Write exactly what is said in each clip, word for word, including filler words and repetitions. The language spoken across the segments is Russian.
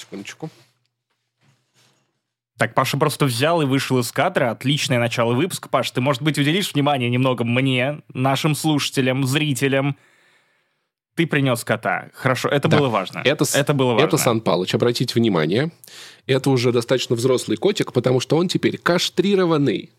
Секундочку. Так, Паша просто взял и вышел из кадра. Отличное начало выпуска. Паш, ты, может быть, уделишь внимание немного мне, нашим слушателям, зрителям. Ты принес кота. Хорошо, это да. было важно. Это, это было важно. Это Сан Палыч, обратите внимание. Это уже достаточно взрослый котик, потому что он теперь кастрированный.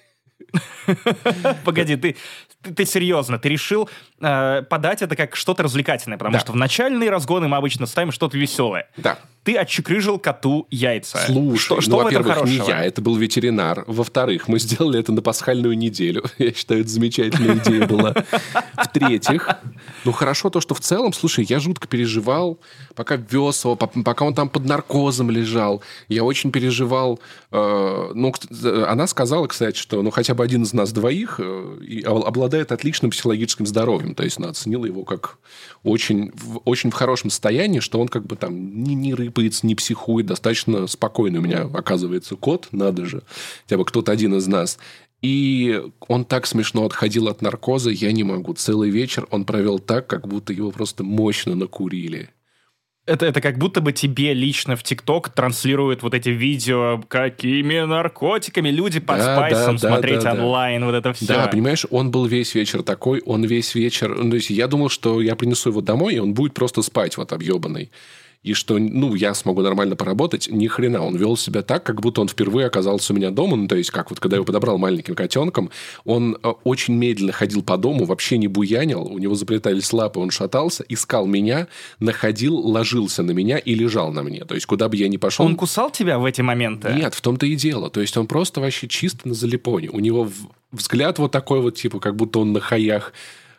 Погоди, ты, ты, ты серьезно, ты решил э, подать это как что-то развлекательное, потому да. что в начальные разгоны мы обычно ставим что-то веселое. Да. Ты отчекрыжил коту яйца. Слушай, что, ну, что в этом во-первых, не хорошего? я, это был ветеринар. Во-вторых, мы сделали это на пасхальную неделю. Я считаю, это замечательная идея была. В-третьих, ну хорошо то, что в целом, слушай, я жутко переживал, пока вез его, пока он там под наркозом лежал. Я очень переживал. Э, ну, она сказала, кстати, что ну, хотя бы один из нас двоих э, обладает отличным психологическим здоровьем. То есть она оценила его как очень, в, очень в хорошем состоянии, что он как бы там не, не рыпается, не психует, достаточно спокойно. У меня, оказывается, кот, надо же, хотя бы кто-то один из нас. И он так смешно отходил от наркоза, я не могу. Целый вечер он провел так, как будто его просто мощно накурили. Это, это как будто бы тебе лично в ТикТок транслируют вот эти видео, какими наркотиками люди по да, спайсам да, смотреть да, да, онлайн, да. вот это все. Да, понимаешь, он был весь вечер такой, он весь вечер... Ну, то есть я думал, что я принесу его домой, и он будет просто спать вот объебанный. И что, ну, я смогу нормально поработать. Ни хрена. Он вел себя так, как будто он впервые оказался у меня дома. Ну, то есть, как вот, когда я его подобрал маленьким котенком, он очень медленно ходил по дому, вообще не буянил. У него заплетались лапы, он шатался, искал меня, находил, ложился на меня и лежал на мне. То есть, куда бы я ни пошел... Он кусал тебя в эти моменты? Нет, в том-то и дело. То есть, он просто вообще чисто на залипоне. У него взгляд вот такой вот, типа, как будто он на хаях.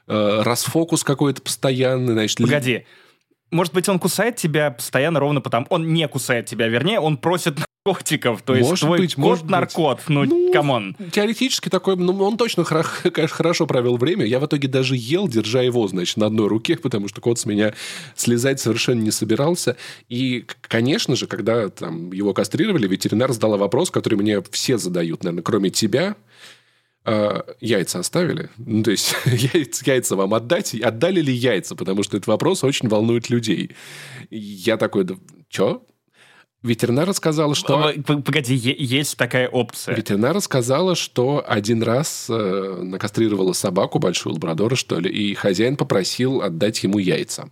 Расфокус какой-то постоянный. Значит, Погоди. Ли... Может быть, он кусает тебя постоянно ровно потому... Он не кусает тебя, вернее, он просит наркотиков. То есть, может твой быть, кот может наркот. Быть. Ну, ну, камон. Теоретически такой... Ну, он точно, конечно, хорошо провел время. Я в итоге даже ел, держа его, значит, на одной руке, потому что кот с меня слезать совершенно не собирался. И, конечно же, когда там его кастрировали, ветеринар задала вопрос, который мне все задают, наверное, кроме тебя. Яйца оставили? Ну, то есть, яйца, яйца вам отдать? Отдали ли яйца? Потому что этот вопрос очень волнует людей. Я такой, да, чё? Ветеринар сказала, что... Погоди, есть такая опция. Ветеринар сказала, что один раз э, накастрировала собаку, большую лабрадора, что ли, и хозяин попросил отдать ему яйца.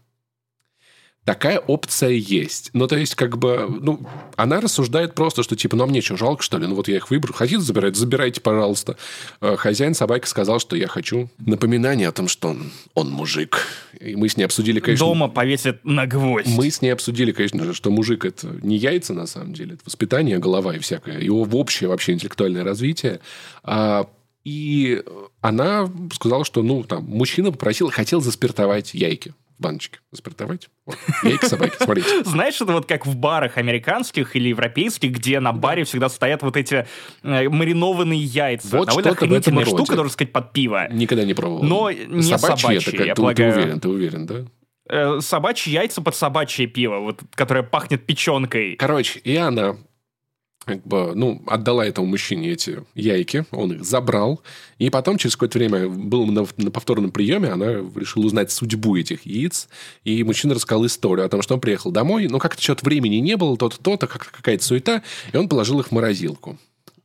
Такая опция есть. Ну, то есть, как бы, ну, она рассуждает просто, что, типа, ну, а мне что, жалко, что ли? Ну, вот я их выберу. Хотите забирать? Забирайте, пожалуйста. Хозяин собаки сказал, что я хочу. Напоминание о том, что он, он мужик. И мы с ней обсудили, конечно... Дома повесит на гвоздь. Мы с ней обсудили, конечно же, что мужик – это не яйца, на самом деле. Это воспитание, голова и всякое. Его общее вообще интеллектуальное развитие. А, и она сказала, что, ну, там, мужчина попросил, хотел заспиртовать яйки. Баночки заспиртовать. Вот. Яйки собаки, смотрите. Знаешь, это вот как в барах американских или европейских, где на баре всегда стоят вот эти э, маринованные яйца. Вот довольно охренительная штука, роде. должен сказать, под пиво. Никогда не пробовал. Но не собачьи, собачьи это, я ты, полагаю. Ты уверен, ты уверен, да? Э, собачьи яйца под собачье пиво, вот, которое пахнет печенкой. Короче, и она... как бы, ну, отдала этому мужчине эти яйки, он их забрал, и потом, через какое-то время, был на, на повторном приеме, она решила узнать судьбу этих яиц, и мужчина рассказал историю о том, что он приехал домой, но как-то что-то времени не было, то-то, то-то, какая-то суета, и он положил их в морозилку.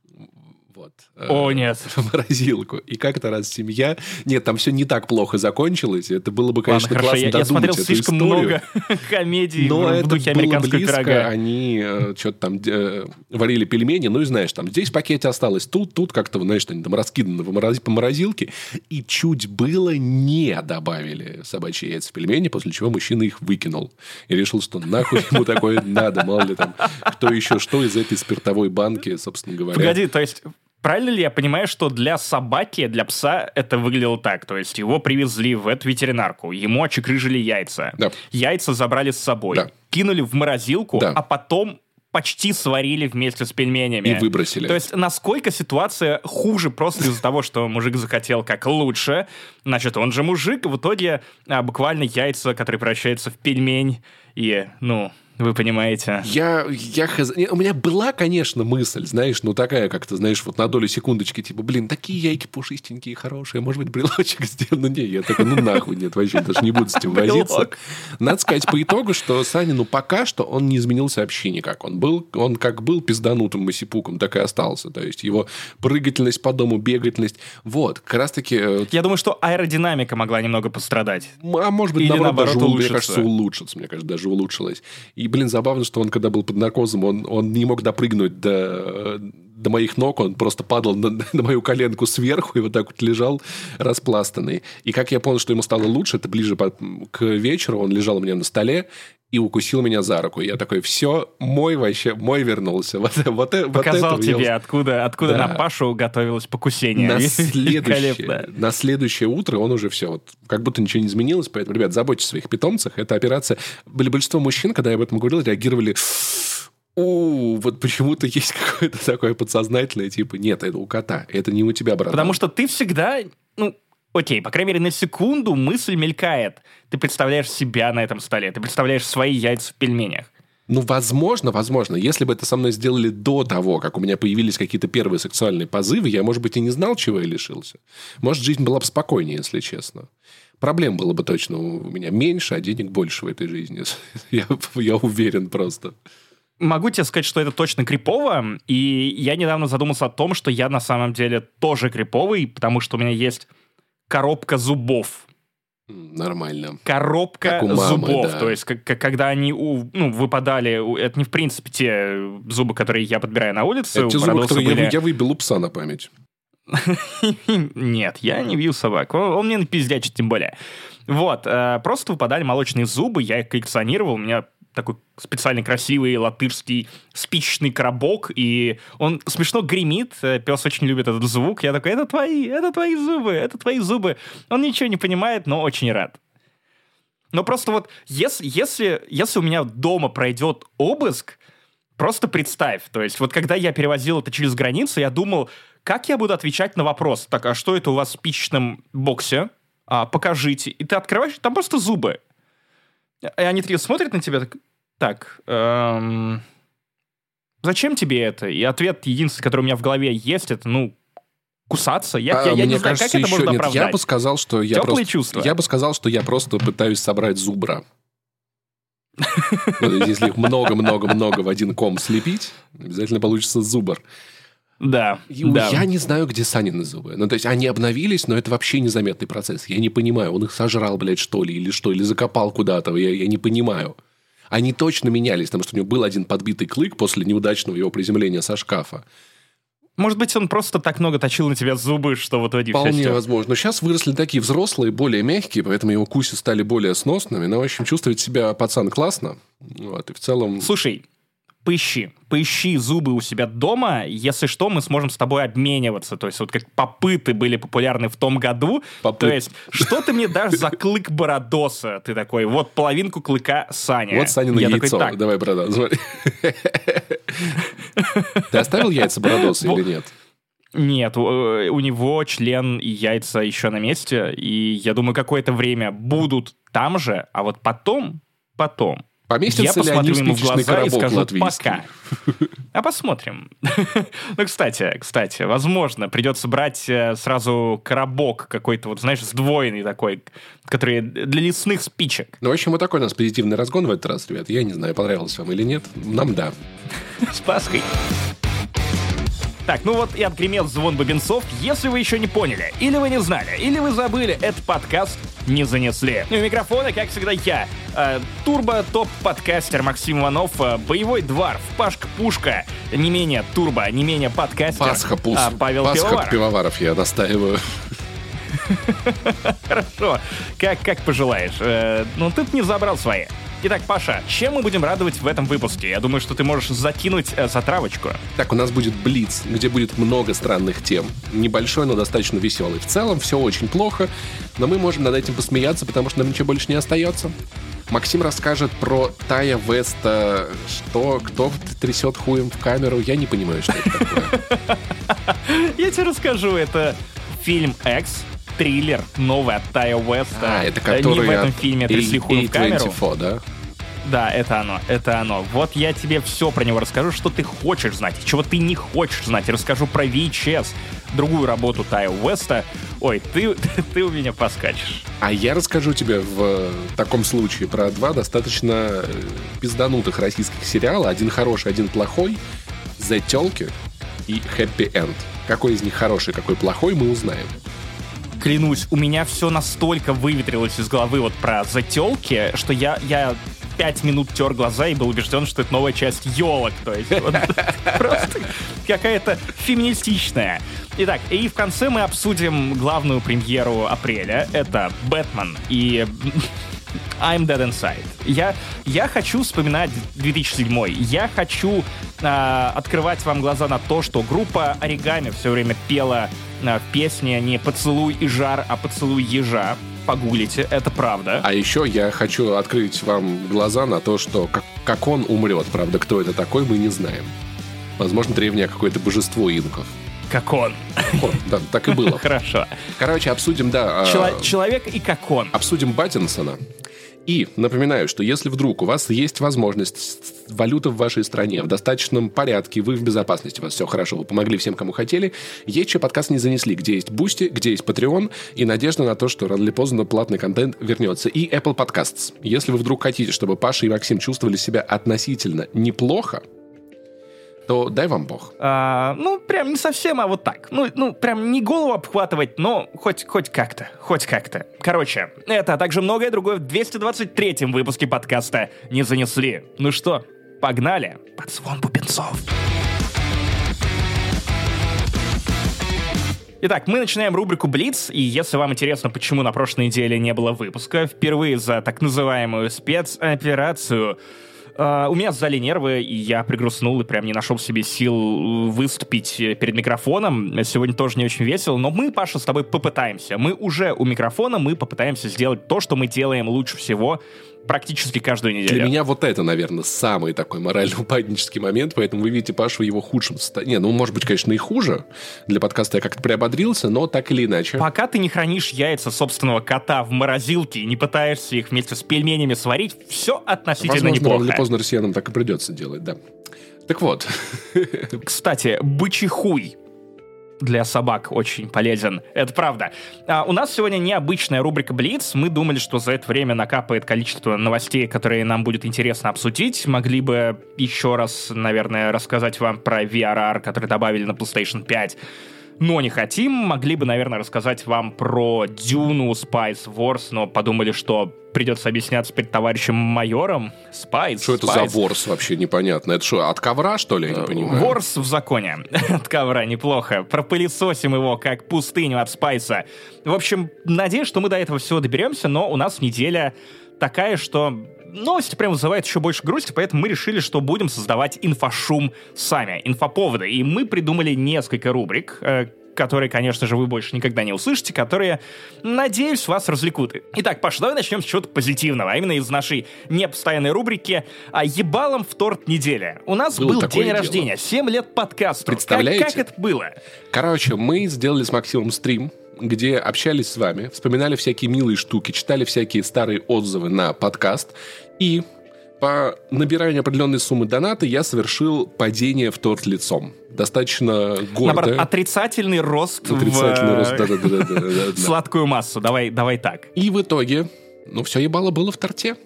Вот. О, нет. В морозилку. И как-то раз семья... Нет, там все не так плохо закончилось. Это было бы, конечно, Ладно, классно я, додумать я смотрел эту слишком историю. много комедий Но в это духе было американского близко. пирога. Они э, что-то там э, варили пельмени. Ну, и знаешь, там здесь в пакете осталось, тут, тут как-то, знаешь, они там раскиданы по, мороз... по морозилке. И чуть было не добавили собачьи яйца в пельмени, после чего мужчина их выкинул. И решил, что нахуй ему такое надо. Мало ли там, кто еще что из этой спиртовой банки, собственно говоря. Погоди, то есть... Правильно ли я понимаю, что для собаки, для пса это выглядело так? То есть его привезли в эту ветеринарку, ему очекрыжили яйца. Да. Яйца забрали с собой, Да. кинули в морозилку, Да. а потом почти сварили вместе с пельменями. И выбросили. То есть насколько ситуация хуже просто из-за того, что мужик захотел как лучше. Значит, он же мужик, и в итоге а, буквально яйца, которые превращаются в пельмень, и, ну... Вы понимаете? Я, я хз... У меня была, конечно, мысль, знаешь, ну такая как-то, знаешь, вот на долю секундочки, типа, блин, такие яйки пушистенькие, хорошие, может быть, брелочек сделан? Ну, не, я такой, ну нахуй, нет, вообще даже не буду с этим возиться. Надо сказать по итогу, что Саня, ну пока что он не изменился вообще никак. Он был, он как был пизданутым масипуком, так и остался. То есть его прыгательность по дому, бегательность, вот, как раз-таки... Я думаю, что аэродинамика могла немного пострадать. А может быть, Или наоборот, наоборот, даже, улучшится. мне кажется, улучшится. Мне кажется, даже улучшилось. И, блин, забавно, что он, когда был под наркозом, он, он не мог допрыгнуть до, до моих ног, он просто падал на, на мою коленку сверху и вот так вот лежал распластанный. И как я понял, что ему стало лучше, это ближе по, к вечеру, он лежал у меня на столе и укусил меня за руку. Я такой, все, мой вообще, мой вернулся. Вот, вот, Показал вот тебе, я... откуда, откуда да. на Пашу готовилось покусение. На следующее, на следующее утро он уже все, вот, как будто ничего не изменилось. Поэтому, ребят, заботьтесь о своих питомцах. Это операция... Большинство мужчин, когда я об этом говорил, реагировали... У, вот почему-то есть какое-то такое подсознательное, типа, нет, это у кота, это не у тебя, братан. Потому что ты всегда... ну Окей, по крайней мере, на секунду мысль мелькает. Ты представляешь себя на этом столе, ты представляешь свои яйца в пельменях. Ну, возможно, возможно. Если бы это со мной сделали до того, как у меня появились какие-то первые сексуальные позывы, я, может быть, и не знал, чего я лишился. Может, жизнь была бы спокойнее, если честно. Проблем было бы точно у меня меньше, а денег больше в этой жизни. я, я уверен просто. Могу тебе сказать, что это точно крипово, и я недавно задумался о том, что я на самом деле тоже криповый, потому что у меня есть... коробка зубов. Нормально. Коробка мамы, зубов. да. То есть, как, когда они у, ну, выпадали... у, это не, в принципе, те зубы, которые я подбираю на улице. Это те зубы, которые были... я, я выбил у пса на память. Нет, я не бью собак. Он, он мне напиздячит, тем более. Вот. Э, просто выпадали молочные зубы, я их коллекционировал. У меня такой специальный красивый латышский спичечный коробок, и он смешно гремит, пес очень любит этот звук, я такой, это твои, это твои зубы, это твои зубы. Он ничего не понимает, но очень рад. Но просто вот, если, если, если у меня дома пройдет обыск, просто представь, то есть вот когда я перевозил это через границу, я думал, как я буду отвечать на вопрос, так, а что это у вас в спичечном боксе? А, покажите. И ты открываешь, там просто зубы. И они такие смотрят на тебя, так, так эм, зачем тебе это? И ответ единственный, который у меня в голове есть, это, ну, кусаться. Я, а, я, я не знаю, кажется, как это еще... можно Нет, оправдать. я бы сказал, что я Теплые просто... чувства. Я бы сказал, что я просто пытаюсь собрать зубра. Если их много-много-много в один ком слепить, обязательно получится зубр. Да, да. Я не знаю, где Санины зубы. Ну, то есть, они обновились, но это вообще незаметный процесс. Я не понимаю, он их сожрал, блядь, что ли, или что, или закопал куда-то. Я, я не понимаю. Они точно менялись, потому что у него был один подбитый клык после неудачного его приземления со шкафа. Может быть, он просто так много точил на тебя зубы, что в итоге Вполне все возможно. Но сейчас выросли такие взрослые, более мягкие, поэтому его куси стали более сносными. Но, в общем, чувствует себя пацан классно. Вот, и в целом... Слушай, поищи. Поищи зубы у себя дома. Если что, мы сможем с тобой обмениваться. То есть, вот как попыты были популярны в том году. Попыт. То есть, что ты мне дашь за клык Бородоса? Ты такой, вот половинку клыка Саня. Вот Санина Я яйцо. такой, так. Давай, братан, смотри. Ты оставил яйца Бородоса или нет? Нет, у, у него член и яйца еще на месте. И я думаю, какое-то время будут там же. А вот потом, потом... Поместится я ли они посмотрю в ему в спичечный глаза и коробок скажу латвийский? пока. А посмотрим. Ну, кстати, кстати, возможно, придется брать сразу коробок какой-то, вот, знаешь, сдвоенный такой, который для лесных спичек. Ну, в общем, вот такой у нас позитивный разгон в этот раз, ребят. Я не знаю, понравилось вам или нет. Нам да. С Пасхой. Так, ну вот и отгремел звон бубенцов. Если вы еще не поняли, или вы не знали, или вы забыли, этот подкаст не занесли. Ну и у микрофона, как всегда, я, э, турбо-топ-подкастер Максим Иванов, э, боевой дворф, Пашка-пушка, не менее турбо, не менее подкастер Пасха-пус. а, Павел Пасха Пивоваров. Пивоваров, я настаиваю. Хорошо, как, как пожелаешь. Э, ну, ты не забрал свои. Итак, Паша, чем мы будем радовать в этом выпуске? Я думаю, что ты можешь закинуть э, затравочку. Так, у нас будет Блиц, где будет много странных тем. Небольшой, но достаточно веселый. В целом все очень плохо, но мы можем над этим посмеяться, потому что нам ничего больше не остается. Максим расскажет про Тая Веста, что, кто трясет хуем в камеру. Я не понимаю, что это такое. Я тебе расскажу, это фильм X, триллер новый от Тая Уэста. А, это который не в этом фильме трясли хуем в камеру. да? Да, это оно, это оно. Вот я тебе все про него расскажу, что ты хочешь знать, чего ты не хочешь знать. Расскажу про ви эйч эс, другую работу Тая Уэста. Ой, ты, ты у меня поскачешь. А я расскажу тебе в таком случае про два достаточно пизданутых российских сериала. Один хороший, один плохой. «The Тёлки» и «Happy End». Какой из них хороший, какой плохой, мы узнаем. Клянусь, у меня все настолько выветрилось из головы вот про «Затёлки», что я, я пять минут тер глаза и был убежден, что это новая часть «Ёлок». То есть вот, просто какая-то феминистичная. Итак, и в конце мы обсудим главную премьеру апреля. Это «Бэтмен» и I'm Dead Inside. Я, я хочу вспоминать две тысячи седьмой. Я хочу э, открывать вам глаза на то, что группа «Оригами» все время пела э, песни не «Поцелуй и жар», а «Поцелуй ежа». Погуглите, это правда. А еще я хочу открыть вам глаза на то, что как, как он умрет. Правда, кто это такой, мы не знаем. Возможно, древнее какое-то божество инков. Как он. О, да, так и было. Хорошо. Короче, обсудим, да... Чело- человек и как он. Обсудим Баттинсона. И напоминаю, что если вдруг у вас есть возможность, валюта в вашей стране в достаточном порядке, вы в безопасности, у вас все хорошо, вы помогли всем, кому хотели, есть что подкаст не занесли, где есть Boosty, где есть Patreon, и надежда на то, что рано или поздно платный контент вернется. И Apple Podcasts. Если вы вдруг хотите, чтобы Паша и Максим чувствовали себя относительно неплохо, то дай вам бог. А, ну, прям не совсем, а вот так. Ну, ну, прям не голову обхватывать, но хоть, хоть как-то, хоть как-то. Короче, это, а также многое другое в двести двадцать третьем выпуске подкаста «Не занесли». Ну что, погнали под звон бубенцов. Итак, мы начинаем рубрику «Блиц», и если вам интересно, почему на прошлой неделе не было выпуска, впервые за так называемую спецоперацию... Uh, у меня сдали нервы, и я пригрустнул и прям не нашел в себе сил выступить перед микрофоном. Сегодня тоже не очень весело, но мы, Паша, с тобой попытаемся. Мы уже у микрофона, мы попытаемся сделать то, что мы делаем лучше всего практически каждую неделю. Для меня вот это, наверное, самый такой морально-упаднический момент, поэтому вы видите Пашу в его худшем состоянии. Не, ну, может быть, конечно, и хуже. Для подкаста я как-то приободрился, но так или иначе. Пока ты не хранишь яйца собственного кота в морозилке и не пытаешься их вместе с пельменями сварить, все относительно Возможно, неплохо. Возможно, рано или поздно россиянам так и придется делать, да. Так вот. Кстати, бычий хуй для собак очень полезен. Это правда. А, у нас сегодня необычная рубрика «Блиц». Мы думали, что за это время накапает количество новостей, которые нам будет интересно обсудить. Могли бы еще раз, наверное, рассказать вам про ви ар ар, который добавили на PlayStation пять. Но не хотим. Могли бы, наверное, рассказать вам про Дюну, Spice Wars, но подумали, что придется объясняться перед товарищем майором. Spice. Что это за Wars вообще непонятно? Это что, от ковра, что ли? Я не понимаю. Wars в законе. От ковра неплохо. Пропылесосим его, как пустыню от Спайса. В общем, надеюсь, что мы до этого всего доберемся, но у нас неделя такая, что... Новости прям вызывают еще больше грусти, поэтому мы решили, что будем создавать инфошум сами, инфоповоды. И мы придумали несколько рубрик, э, которые, конечно же, вы больше никогда не услышите, которые, надеюсь, вас развлекут. Итак, Паша, давай начнем с чего-то позитивного, а именно из нашей непостоянной рубрики а, «Ебалом в торт недели». У нас было был день дело. рождения, семь лет подкасту. Представляете? Как, как это было? Короче, мы сделали с Максимом стрим, где общались с вами, вспоминали всякие милые штуки, читали всякие старые отзывы на подкаст. И по набиранию определенной суммы доната я совершил падение в торт лицом. Достаточно гордо. Наоборот, отрицательный рост Отрицательный в рост, да-да-да. сладкую массу. Давай, давай так. И в итоге, ну, все ебало было в торте.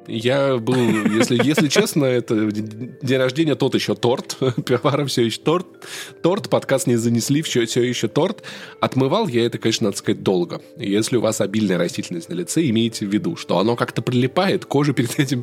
Я был, если, если честно, это день рождения, тот еще торт. Пивоваром все еще торт. Торт, подкаст не занесли, все, все еще торт. Отмывал я это, конечно, надо сказать, долго. Если у вас обильная растительность на лице, имейте в виду, что оно как-то прилипает, кожа перед этим,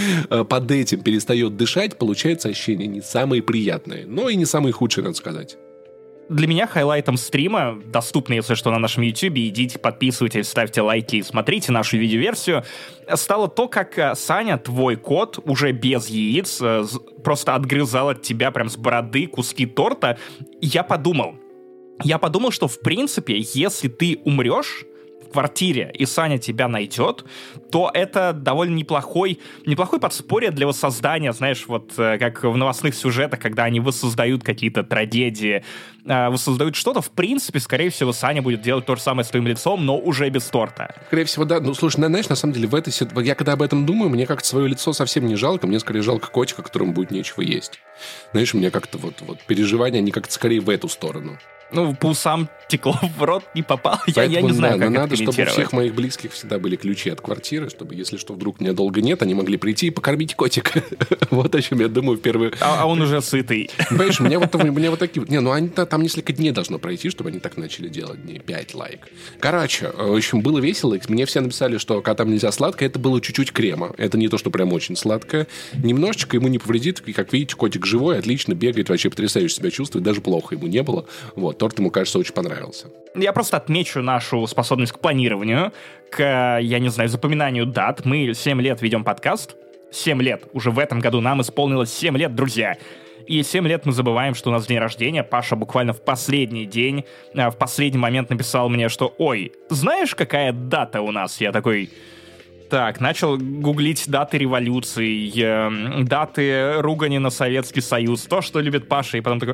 под этим перестает дышать, получается ощущение не самые приятные, но и не самые худшие, надо сказать. Для меня хайлайтом стрима, доступно, если что, на нашем ютубе, идите, подписывайтесь, ставьте лайки и смотрите нашу видеоверсию, стало то, как Саня, твой кот, уже без яиц, просто отгрызал от тебя прям с бороды куски торта. Я подумал, я подумал, что, в принципе, если ты умрешь, квартире, и Саня тебя найдет, то это довольно неплохой, неплохой подспорье для воссоздания, знаешь, вот как в новостных сюжетах, когда они воссоздают какие-то трагедии, воссоздают что-то, в принципе, скорее всего, Саня будет делать то же самое с твоим лицом, но уже без торта. Скорее всего, да. Ну, слушай, знаешь, на самом деле, в этой ситуации, я когда об этом думаю, мне как-то свое лицо совсем не жалко, мне скорее жалко котика, которому будет нечего есть. Знаешь, мне как-то вот, вот переживания, они как-то скорее в эту сторону. Ну, по усам текло, в рот не попал. Я, я не знаю, да, как это надо, чтобы у всех моих близких всегда были ключи от квартиры, чтобы, если что, вдруг меня долго нет, они могли прийти и покормить котика. Вот о чем я думаю в первую... А, а он уже сытый. Понимаешь, мне вот, мне вот такие... Не, ну они, там несколько дней должно пройти, чтобы они так начали делать, дней пять лайк. Короче, в общем, было весело. Мне все написали, что котам нельзя сладкое. Это было чуть-чуть крема. Это не то, что прям очень сладкое. Немножечко ему не повредит. И, как видите, котик живой, отлично бегает, вообще потрясающе себя чувствует. Даже плохо ему не было. Вот, торт ему, кажется, очень понравился. Я просто отмечу нашу способность к планированию, к, я не знаю, запоминанию дат. Мы семь лет ведем подкаст. семь лет. Уже в этом году нам исполнилось семь лет, друзья. И семь лет мы забываем, что у нас день рождения. Паша буквально в последний день, в последний момент написал мне, что «Ой, знаешь, какая дата у нас?» Я такой... Так, начал гуглить даты революции, э, даты ругани на Советский Союз, то, что любит Паша, и потом такой...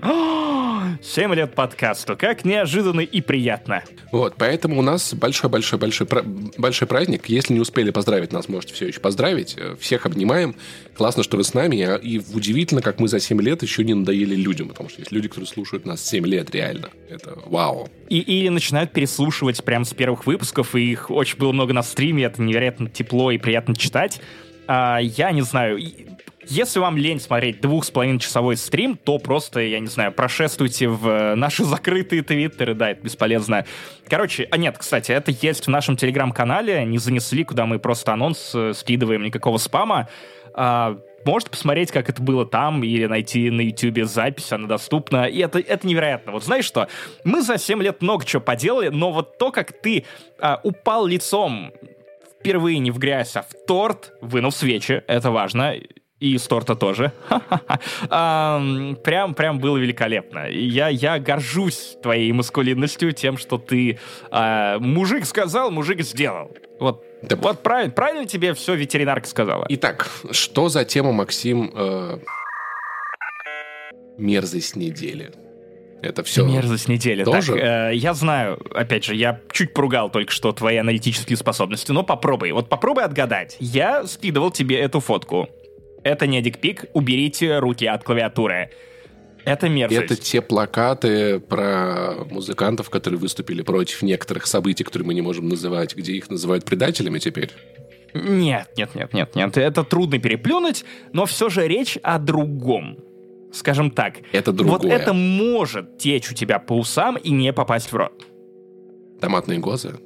семь лет подкасту, как неожиданно и приятно. Вот, поэтому у нас большой-большой-большой большой праздник. Если не успели поздравить нас, можете все еще поздравить. Всех обнимаем. Классно, что вы с нами. И удивительно, как мы за семь лет еще не надоели людям. Потому что есть люди, которые слушают нас семь лет, реально. Это вау. И, или начинают переслушивать прямо с первых выпусков, и их очень было много на стриме, это невероятно тепло и приятно читать. А, я не знаю... Если вам лень смотреть двух с половиной часовой стрим, то просто, я не знаю, прошествуйте в наши закрытые твиттеры, да, это бесполезно. Короче, а нет, кстати, это есть в нашем телеграм-канале, не занесли, куда мы просто анонс скидываем, никакого спама. А, можете посмотреть, как это было там, или найти на ютубе запись, она доступна, и это, это невероятно. Вот знаешь что, мы за семь лет много чего поделали, но вот то, как ты а, упал лицом впервые не в грязь, а в торт, вынув свечи, это важно. И из торта тоже. а, прям, прям было великолепно. Я, я горжусь твоей маскулинностью, тем, что ты а, мужик сказал, мужик сделал. Вот, да. Вот правильно, правильно тебе все ветеринарка сказала. Итак, что за тема, Максим? Э, мерзость недели. Это все. Мерзость недели. Тоже? Так, э, я знаю, опять же, я чуть поругал только что твои аналитические способности, но попробуй. Вот попробуй отгадать. Я скидывал тебе эту фотку. Это не дикпик, уберите руки от клавиатуры. Это мерзость. Это те плакаты про музыкантов, которые выступили против некоторых событий, которые мы не можем называть, где их называют предателями теперь? Нет, нет, нет, нет, нет. Это трудно переплюнуть, но все же речь о другом. Скажем так. Это другое. Вот это может течь у тебя по усам и не попасть в рот. Томатные гозы?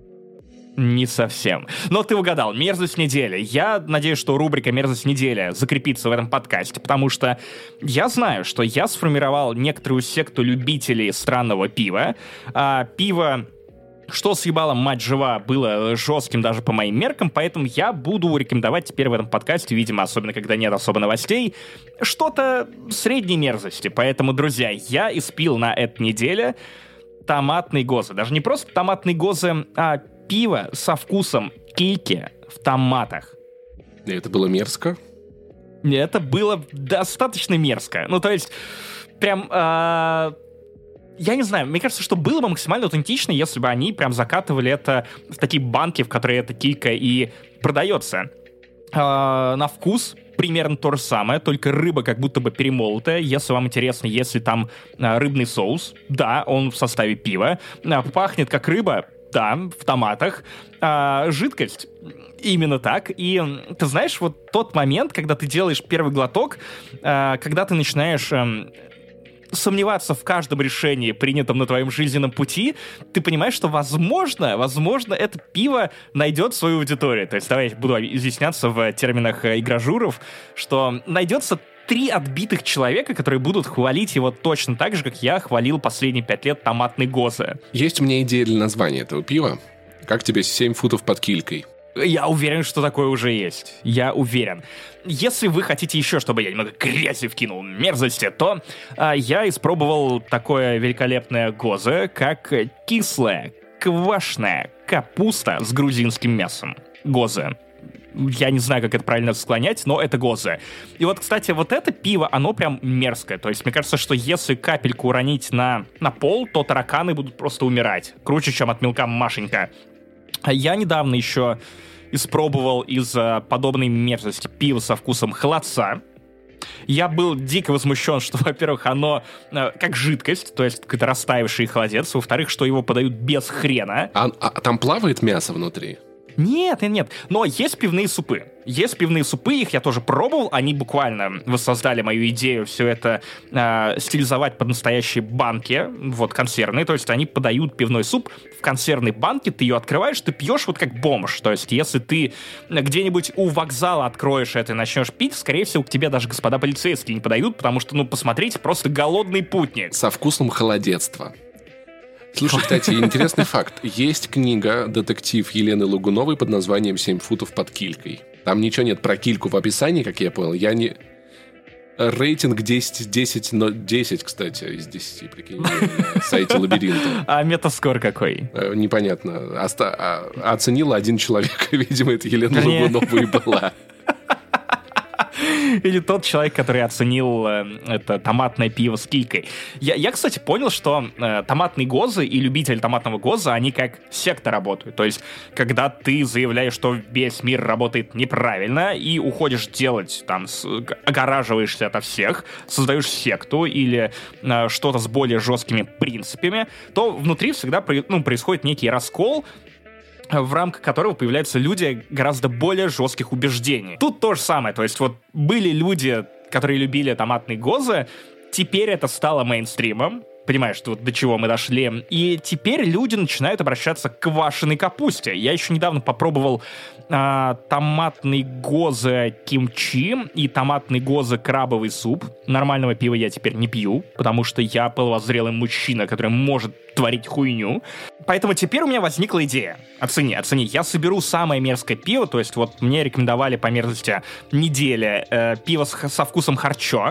Не совсем. Но ты угадал. Мерзость недели. Я надеюсь, что рубрика «Мерзость недели» закрепится в этом подкасте, потому что я знаю, что я сформировал некоторую секту любителей странного пива. А, пиво... Что съебало, мать жива, было жестким даже по моим меркам, поэтому я буду рекомендовать теперь в этом подкасте, видимо, особенно когда нет особо новостей, что-то средней мерзости. Поэтому, друзья, я испил на этой неделе томатные гозы. Даже не просто томатные гозы, а пиво со вкусом кильки в томатах. И это было мерзко? Это было достаточно мерзко. Ну, то есть, прям... Э- Я не знаю, мне кажется, что было бы максимально аутентично, если бы они прям закатывали это в такие банки, в которые эта килька и продается. Э, на вкус примерно то же самое, только рыба как будто бы перемолотая. Если вам интересно, если там э, рыбный соус, да, он в составе пива. Э, пахнет как рыба, да, в томатах. Э, жидкость именно так. И ты знаешь, вот тот момент, когда ты делаешь первый глоток, э, когда ты начинаешь... Э, сомневаться в каждом решении, принятом на твоем жизненном пути, ты понимаешь, что, возможно, возможно, это пиво найдет свою аудиторию. То есть, давай я буду изъясняться в терминах игражуров, что найдется три отбитых человека, которые будут хвалить его точно так же, как я хвалил последние пять лет томатный гозы. Есть у меня идея для названия этого пива. Как тебе семь футов под килькой? Я уверен, что такое уже есть. Я уверен. Если вы хотите еще, чтобы я немного грязи вкинул, мерзости, то а, я испробовал такое великолепное гозе, как кислое, квашеное, капуста с грузинским мясом. Гозе. Я не знаю, как это правильно склонять, но это гозе. И вот, кстати, вот это пиво, оно прям мерзкое. То есть, мне кажется, что если капельку уронить на, на пол, то тараканы будут просто умирать. Круче, чем от мелка Машенька. А я недавно еще испробовал из подобной мерзости пиво со вкусом холодца. Я был дико возмущен, что, во-первых, оно э, как жидкость, то есть какой-то растаявший холодец, во-вторых, что его подают без хрена. А, а там плавает мясо внутри? Нет, нет, нет. Но есть пивные супы. Есть пивные супы, их я тоже пробовал. Они буквально воссоздали мою идею все это э, стилизовать под настоящие банки, вот, консервные. То есть они подают пивной суп в консервной банке, ты ее открываешь, ты пьешь вот как бомж. То есть если ты где-нибудь у вокзала откроешь это и начнешь пить, скорее всего, к тебе даже господа полицейские не подойдут, потому что, ну, посмотрите, просто голодный путник. Со вкусом холодецтва. Слушай, кстати, интересный факт. Есть книга «Детектив» Елены Логуновой под названием «Семь футов под килькой». Там ничего нет про кильку в описании, как я понял. Я не... Рейтинг десять, десять, но десять, кстати, из десяти, прикинь, на сайте «Лабиринта». А метаскор какой? Непонятно. Оста... Оценила один человек. Видимо, это Елена Логунова и была. Или тот человек, который оценил э, это томатное пиво с килькой. Я, я кстати, понял, что э, томатные гозы и любители томатного гоза, они как секта работают. То есть, когда ты заявляешь, что весь мир работает неправильно, и уходишь делать, там, с, огораживаешься ото всех, создаешь секту или э, что-то с более жесткими принципами, то внутри всегда ну, происходит некий раскол, в рамках которого появляются люди гораздо более жестких убеждений. Тут то же самое, то есть вот были люди, которые любили томатные гозы, теперь это стало мейнстримом, понимаешь, что вот до чего мы дошли, и теперь люди начинают обращаться к квашеной капусте. Я еще недавно попробовал а, томатный гоза кимчи и томатный гоза крабовый суп. Нормального пива я теперь не пью, потому что я половозрелый мужчина, который может творить хуйню. Поэтому теперь у меня возникла идея. Оцени, оцени. Я соберу самое мерзкое пиво, то есть вот мне рекомендовали по мерзости недели э, пиво с, со вкусом харчо.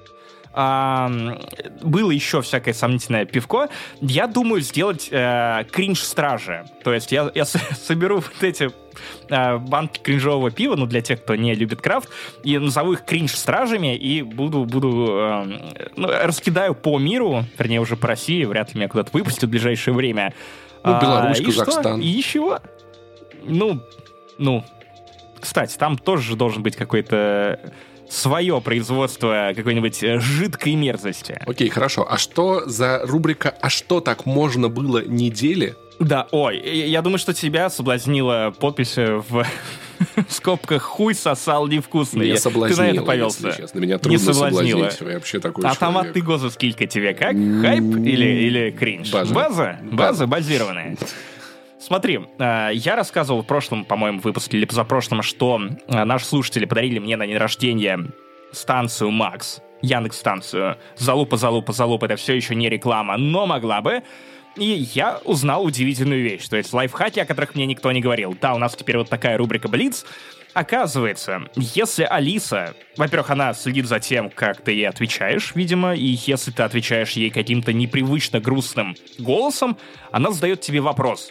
А, было еще всякое сомнительное пивко. Я думаю сделать э, кринж-стражи. То есть я, я соберу вот эти э, банки кринжового пива, ну, для тех, кто не любит крафт, и назову их кринж-стражами, и буду, буду э, ну, раскидаю по миру, вернее, уже по России, вряд ли меня куда-то выпустят в ближайшее время. Ну, Беларусь, а, Казахстан. И, и чего? Ну, ну, кстати, там тоже же должен быть какой-то... свое производство какой-нибудь жидкой мерзости. Окей, хорошо. А что за рубрика «А что так можно было недели»? Да, ой, я думаю, что тебя соблазнила подпись в скобках «Хуй сосал невкусный». Меня соблазнила, ты на это повелся. Если честно. Меня трудно соблазнить. Я вообще такой а человек. томатный гоза скилька тебе как? Хайп или, или кринж? База. База? База базированная. Смотри, я рассказывал в прошлом, по-моему, выпуске или позапрошлом, что наши слушатели подарили мне на день рождения станцию Макс, Яндекс-станцию. Залупа, залупа, залупа, это все еще не реклама, но могла бы. И я узнал удивительную вещь, то есть лайфхаки, о которых мне никто не говорил. Да, у нас теперь вот такая рубрика «Блиц». Оказывается, если Алиса, во-первых, она следит за тем, как ты ей отвечаешь, видимо, и если ты отвечаешь ей каким-то непривычно грустным голосом, она задает тебе вопрос.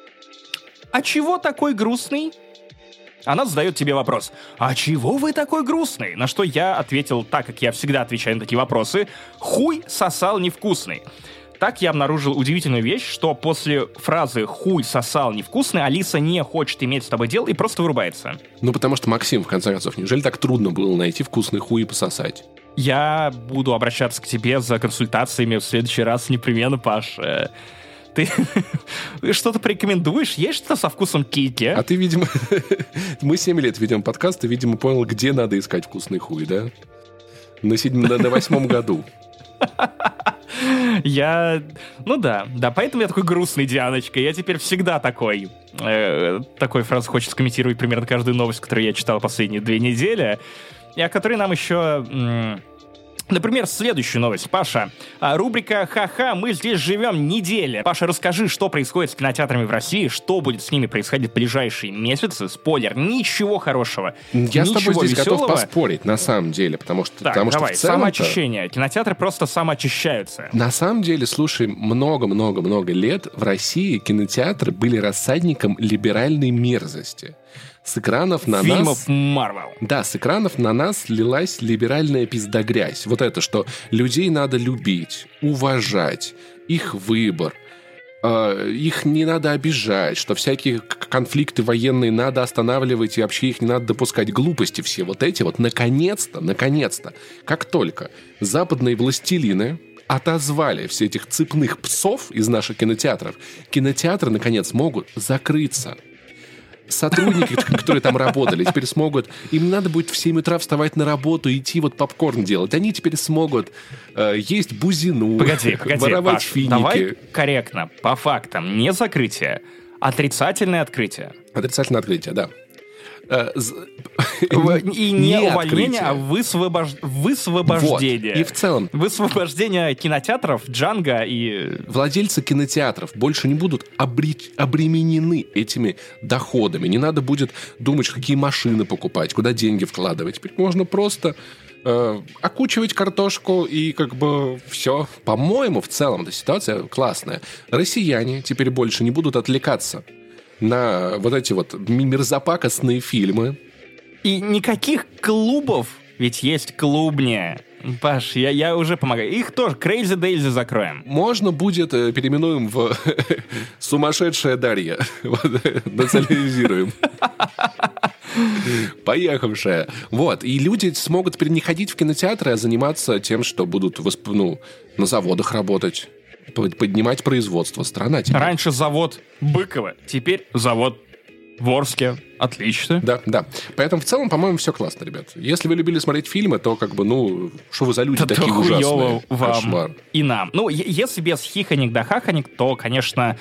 «А чего такой грустный?» Она задает тебе вопрос. «А чего вы такой грустный?» На что я ответил так, как я всегда отвечаю на такие вопросы. «Хуй сосал невкусный». Так я обнаружил удивительную вещь, что после фразы «хуй сосал невкусный» Алиса не хочет иметь с тобой дело и просто вырубается. Ну, потому что, Максим, в конце концов, неужели так трудно было найти вкусный хуй и пососать? Я буду обращаться к тебе за консультациями в следующий раз непременно, Паш. Ты что-то порекомендуешь? Есть что-то со вкусом кильки? А ты, видимо... Мы семь лет ведем подкаст, ты, видимо, понял, где надо искать вкусный хуй, да? На, седьм... на восьмом году. Я... Ну да, да, поэтому я такой грустный, Дианочка. Я теперь всегда такой. Э, такой фразу хочет скомментировать примерно каждую новость, которую я читал последние две недели, и о которой нам еще... М- Например, следующую новость. Паша, рубрика «Ха-ха, мы здесь живем неделя». Паша, расскажи, что происходит с кинотеатрами в России, что будет с ними происходить в ближайшие месяцы. Спойлер, ничего хорошего. Я ничего с тобой здесь веселого. готов поспорить, на самом деле, потому что, Так, потому давай, что в целом самоочищение. Кинотеатры просто самоочищаются. На самом деле, слушай, много-много-много лет в России кинотеатры были рассадником либеральной мерзости. С экранов на Фильмов нас... Марвел. Да, с экранов на нас лилась либеральная пиздогрязь. Вот это, что людей надо любить, уважать, их выбор, э, их не надо обижать, что всякие конфликты военные надо останавливать и вообще их не надо допускать. Глупости все вот эти вот, наконец-то, наконец-то, как только западные властелины отозвали все этих цепных псов из наших кинотеатров, кинотеатры, наконец, могут закрыться. Сотрудники, которые там работали, теперь смогут... Им не надо будет в семь утра вставать на работу и идти вот попкорн делать. Они теперь смогут э, есть бузину, Погоди, погоди, воровать Паш, финики. давай корректно, по фактам. Не закрытие, отрицательное открытие. Отрицательное открытие, да. Э, И не увольнение, а высвобож- высвобождение. Вот. И в целом... Высвобождение кинотеатров, Джанго и... Владельцы кинотеатров больше не будут обре- обременены этими доходами. Не надо будет думать, какие машины покупать, куда деньги вкладывать. Теперь можно просто э, окучивать картошку и как бы все. По-моему, в целом эта ситуация классная. Россияне теперь больше не будут отвлекаться на вот эти вот мерзопакостные фильмы. И никаких клубов, ведь есть клубня. Паш, я, я уже помогаю. Их тоже Crazy Daisy закроем. Можно будет, э, переименуем в «Сумасшедшая Дарья». Национализируем. Поехавшая. Вот. И люди смогут теперь не ходить в кинотеатры, а заниматься тем, что будут восп... ну, на заводах работать. Поднимать производство. Страна теперь. Раньше завод Быково, теперь завод в Орске. Отлично. Да, да. Поэтому в целом, по-моему, все классно, ребят. Если вы любили смотреть фильмы, то как бы, ну, что вы за люди Да такие ужасные. Вам Кошмар. И нам. Ну, е- если без хихоник да хахоник, то, конечно,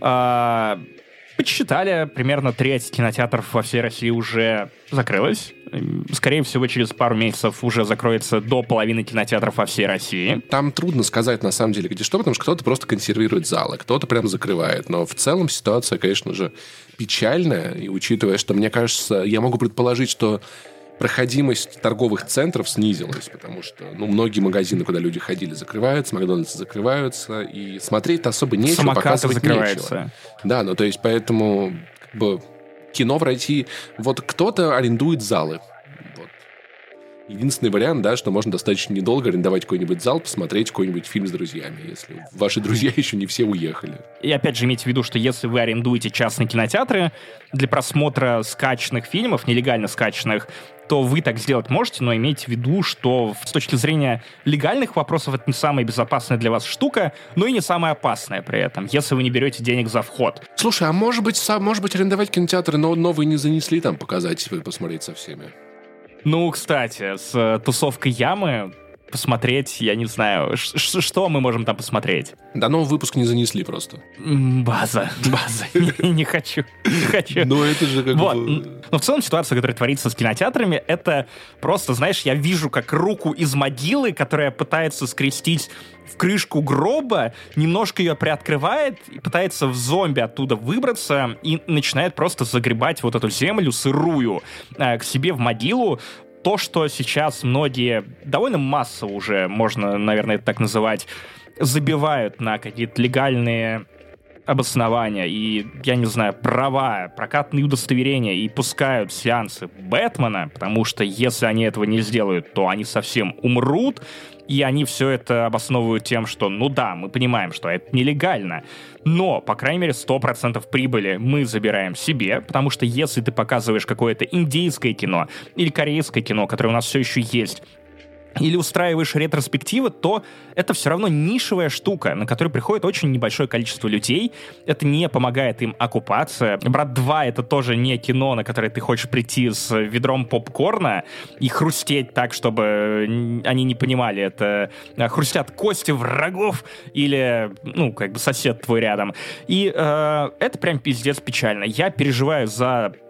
э- подсчитали, примерно треть кинотеатров во всей России уже закрылась. Скорее всего, через пару месяцев уже закроется до половины кинотеатров во всей России. Там трудно сказать, на самом деле, где что, потому что кто-то просто консервирует залы, кто-то прям закрывает. Но в целом ситуация, конечно же, печальная. И учитывая, что, мне кажется, я могу предположить, что проходимость торговых центров снизилась, потому что, ну, многие магазины, куда люди ходили, закрываются, Макдональдсы закрываются, и смотреть особо нечего, Самокаты показывать закрываются. нечего. Да, ну, то есть, поэтому, как бы, кино в России... Вот кто-то арендует залы. Вот. Единственный вариант, да, что можно достаточно недолго арендовать какой-нибудь зал, посмотреть какой-нибудь фильм с друзьями, если ваши друзья еще не все уехали. И опять же, имейте в виду, что если вы арендуете частные кинотеатры для просмотра скачанных фильмов, нелегально скачанных, то вы так сделать можете, но имейте в виду, что с точки зрения легальных вопросов это не самая безопасная для вас штука, но и не самая опасная при этом, если вы не берете денег за вход. Слушай, а может быть, сам, может быть арендовать кинотеатры, но новые не занесли там показать, посмотреть со всеми? Ну, кстати, с э, тусовкой Ямы посмотреть, я не знаю, ш- ш- что мы можем там посмотреть? Да, новый выпуск не занесли просто. М, База, база, не не хочу, не хочу. Ну, это же как Вот. бы... Но в целом ситуация, которая творится с кинотеатрами, это просто, знаешь, я вижу, как руку из могилы, которая пытается скрестить в крышку гроба, немножко ее приоткрывает и пытается в зомби оттуда выбраться и начинает просто загребать вот эту землю сырую э, к себе в могилу. То, что сейчас многие, довольно массово уже, можно, наверное, это так называть, забивают на какие-то легальные обоснования и, я не знаю, права, прокатные удостоверения и пускают сеансы Бэтмена, потому что если они этого не сделают, то они совсем умрут, и они все это обосновывают тем, что, ну да, мы понимаем, что это нелегально, но, по крайней мере, сто процентов прибыли мы забираем себе, потому что если ты показываешь какое-то индийское кино или корейское кино, которое у нас все еще есть, или устраиваешь ретроспективы, то это все равно нишевая штука, на которую приходит очень небольшое количество людей. Это не помогает им окупаться. «Брат два» — это тоже не кино, на которое ты хочешь прийти с ведром попкорна и хрустеть так, чтобы они не понимали. Это хрустят кости врагов или, ну, как бы сосед твой рядом. И э, это прям пиздец печально. Я переживаю за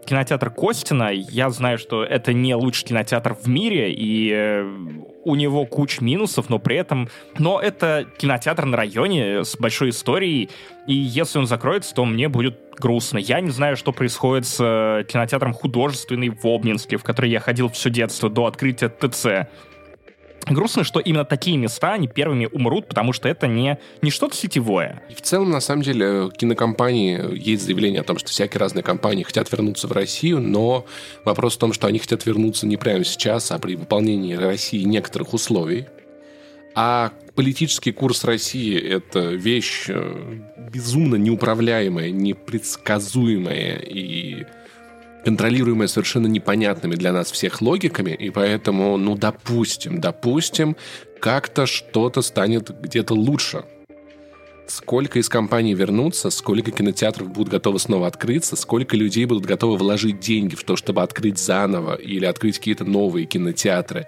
кинотеатр Костина. Я знаю, что это не лучший кинотеатр в мире, и э, у него куча минусов, но при этом... Но это кинотеатр на районе с большой историей, и если он закроется, то мне будет грустно. Я не знаю, что происходит с э, кинотеатром художественный в Обнинске, в который я ходил все детство до открытия ТЦ. Грустно, что именно такие места, они первыми умрут, потому что это не, не что-то сетевое. И в целом, на самом деле, кинокомпании, есть заявление о том, что всякие разные компании хотят вернуться в Россию, но вопрос в том, что они хотят вернуться не прямо сейчас, а при выполнении России некоторых условий. А политический курс России — это вещь безумно неуправляемая, непредсказуемая и контролируемая совершенно непонятными для нас всех логиками, и поэтому, ну, допустим, допустим, как-то что-то станет где-то лучше. Сколько из компаний вернутся, сколько кинотеатров будут готовы снова открыться, сколько людей будут готовы вложить деньги в то, чтобы открыть заново или открыть какие-то новые кинотеатры,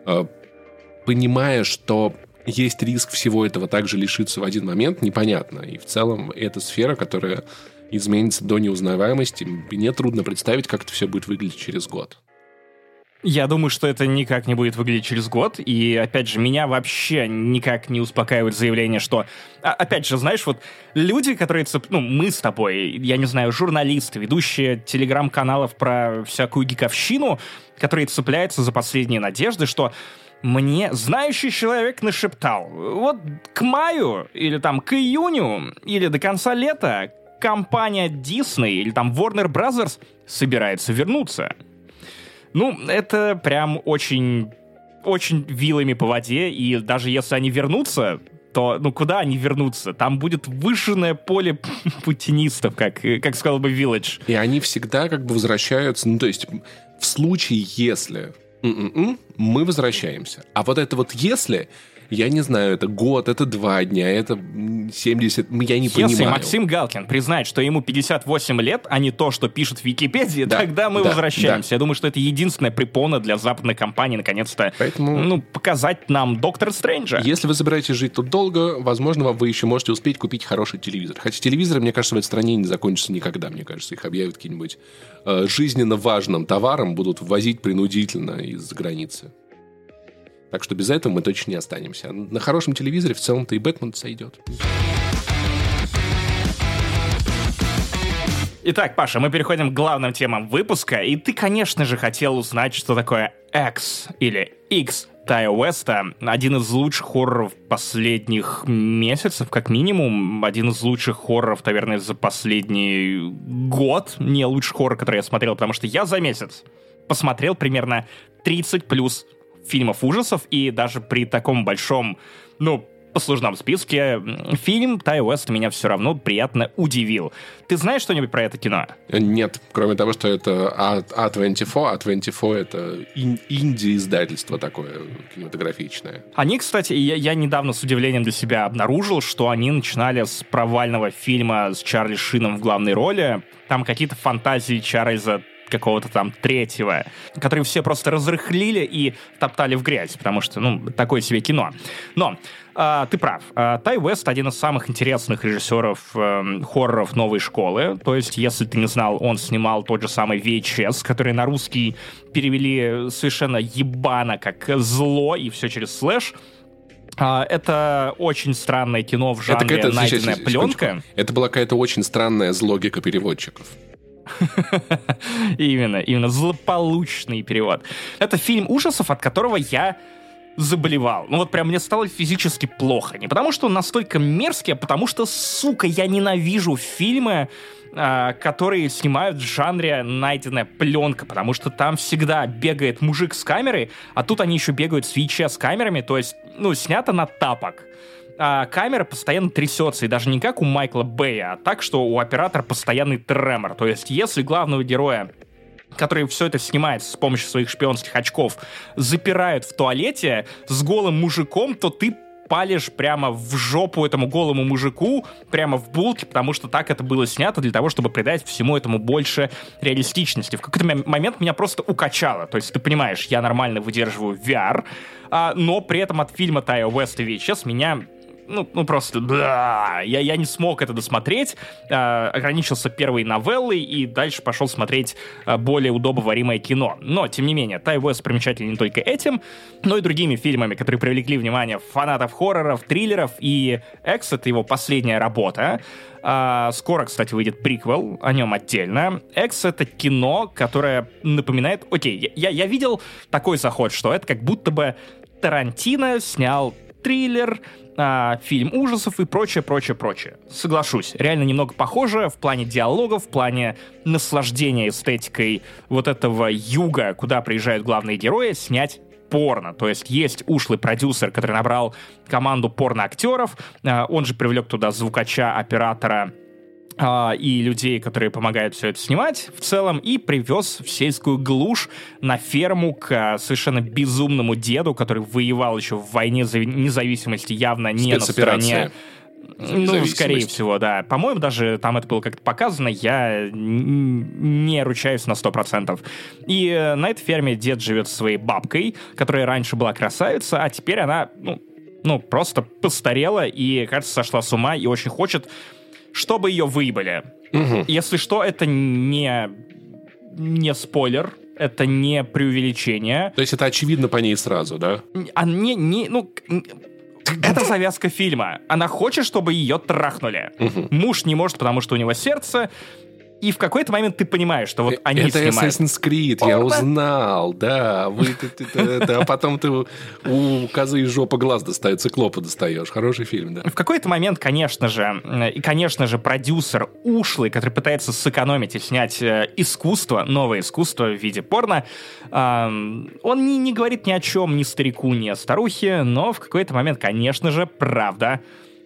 понимая, что есть риск всего этого также лишиться в один момент, непонятно. И в целом это сфера, которая изменится до неузнаваемости. Мне трудно представить, как это все будет выглядеть через год. Я думаю, что это никак не будет выглядеть через год, и, опять же, меня вообще никак не успокаивает заявление, что... А, опять же, знаешь, вот люди, которые... Ну, мы с тобой, я не знаю, журналисты, ведущие телеграм-каналов про всякую гиковщину, которые цепляются за последние надежды, что мне знающий человек нашептал, вот к маю, или там к июню, или до конца лета компания Disney или там Warner Brothers собирается вернуться. Ну, это прям очень, очень вилами по воде, и даже если они вернутся, то, ну, куда они вернутся? Там будет выжженное поле путинистов, как, как сказал бы Village. И они всегда как бы возвращаются, ну, то есть в случае, если мы возвращаемся. А вот это вот если... Я не знаю, это год, это два дня, это семьдесят, я не Если понимаю. Если Максим Галкин признает, что ему пятьдесят восемь лет, а не то, что пишет в Википедии, да, тогда мы да, возвращаемся. Да. Я думаю, что это единственная препона для западной компании, наконец-то, Поэтому... ну, показать нам Доктора Стрэнджа. Если вы собираетесь жить тут долго, возможно, вы еще можете успеть купить хороший телевизор. Хотя телевизоры, мне кажется, в этой стране не закончатся никогда, мне кажется. Их объявят каким-нибудь э, жизненно важным товаром, будут ввозить принудительно из-за границы. Так что без этого мы точно не останемся. На хорошем телевизоре в целом-то и Бэтмен сойдет. Итак, Паша, мы переходим к главным темам выпуска. И ты, конечно же, хотел узнать, что такое X или X Тая Уэста. Один из лучших хорроров последних месяцев, как минимум. Один из лучших хорроров, наверное, за последний год. Не лучший хоррор, который я смотрел, потому что я за месяц посмотрел примерно тридцать плюс фильмов ужасов, и даже при таком большом, ну, послужном списке фильм Тай Уэст меня все равно приятно удивил. Ты знаешь что-нибудь про это кино? Нет, кроме того, что это А двадцать четыре. А двадцать четыре — это инди-издательство такое кинематографичное. Они, кстати, я, я недавно с удивлением для себя обнаружил, что они начинали с провального фильма с Чарли Шином в главной роли. Там какие-то фантазии Чарльза какого-то там третьего, которые все просто разрыхлили и топтали в грязь, потому что, ну, такое себе кино. Но э, ты прав. Э, Тай Уэст — один из самых интересных режиссеров э, хорроров новой школы. То есть, если ты не знал, он снимал тот же самый Ви Эйч Эс, который на русский перевели совершенно ебано, как зло, и все через слэш. Uh, это очень странное кино в жанре это найденная пленка. Это была какая-то очень странная злогика переводчиков. Именно, именно злополучный перевод. Это фильм ужасов, от которого я заболевал. Ну вот прям мне стало физически плохо. Не потому что он настолько мерзкий, а потому что, сука, я ненавижу фильмы, а, которые снимают в жанре найденная пленка, потому что там всегда бегает мужик с камерой, а тут они еще бегают с Ви Эйч Эс камерами, то есть, ну, снято на тапок. А камера постоянно трясется, и даже не как у Майкла Бэя, а так, что у оператора постоянный тремор. То есть, если главного героя, который все это снимает с помощью своих шпионских очков, запирают в туалете с голым мужиком, то ты палишь прямо в жопу этому голому мужику, прямо в булке, потому что так это было снято для того, чтобы придать всему этому больше реалистичности. В какой-то момент меня просто укачало. То есть, ты понимаешь, я нормально выдерживаю ви ар, а, но при этом от фильма Тая Уэста Ви Эйч Эс меня ну, ну просто, да, я, я не смог это досмотреть, э, ограничился первой новеллой и дальше пошел смотреть э, более удобоваримое кино. Но, тем не менее, Ти Уэст примечателен не только этим, но и другими фильмами, которые привлекли внимание фанатов хорроров, триллеров, и «Экс» — это его последняя работа. Uh, скоро, кстати, выйдет приквел, о нем отдельно. «Экс» — это кино, которое напоминает... Окей, я, я видел такой заход, что это как будто бы Тарантино снял триллер, uh, фильм ужасов и прочее, прочее, прочее. Соглашусь, реально немного похоже в плане диалогов, в плане наслаждения эстетикой вот этого юга, куда приезжают главные герои, снять порно. То есть есть ушлый продюсер, который набрал команду порно-актеров, э, он же привлек туда звукача, оператора э, и людей, которые помогают все это снимать в целом, и привез в сельскую глушь на ферму к э, совершенно безумному деду, который воевал еще в войне за независимости, явно не на стороне... Ну, скорее всего, да. По-моему, даже там это было как-то показано, я не ручаюсь на сто процентов. И э, на этой ферме дед живет со своей бабкой, которая раньше была красавица, а теперь она, ну, ну, просто постарела и, кажется, сошла с ума и очень хочет, чтобы ее выебали. Угу. Если что, это не, не спойлер, это не преувеличение. То есть это очевидно по ней сразу, да? А не, не, ну... Это завязка фильма. Она хочет, чтобы ее трахнули. Угу. Муж не может, потому что у него сердце. И в какой-то момент ты понимаешь, что вот они это снимают... Это Assassin's Creed, порно? Я узнал, да. Вы, а потом ты у козы из жопы глаз достает, циклопа достаешь. Хороший фильм, да. В какой-то момент, конечно же, и, конечно же, продюсер ушлый, который пытается сэкономить и снять искусство, новое искусство в виде порно, он не, не говорит ни о чем, ни старику, ни старухе, но в какой-то момент, конечно же, правда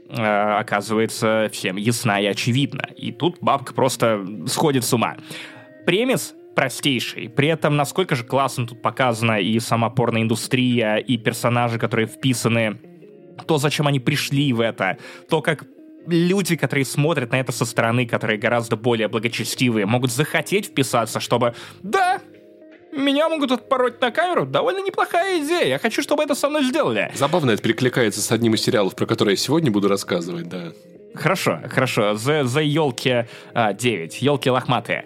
оказывается всем ясна и очевидна. И тут бабка просто сходит с ума. Премис простейший. При этом насколько же классно тут показана и сама порноиндустрия, и персонажи, которые вписаны, то, зачем они пришли в это, то, как люди, которые смотрят на это со стороны, которые гораздо более благочестивые, могут захотеть вписаться, чтобы «Да, меня могут отпороть на камеру, довольно неплохая идея. Я хочу, чтобы это со мной сделали». Забавно, это перекликается с одним из сериалов, про который я сегодня буду рассказывать, да. Хорошо, хорошо. За, за елки а, девять. Елки лохматые.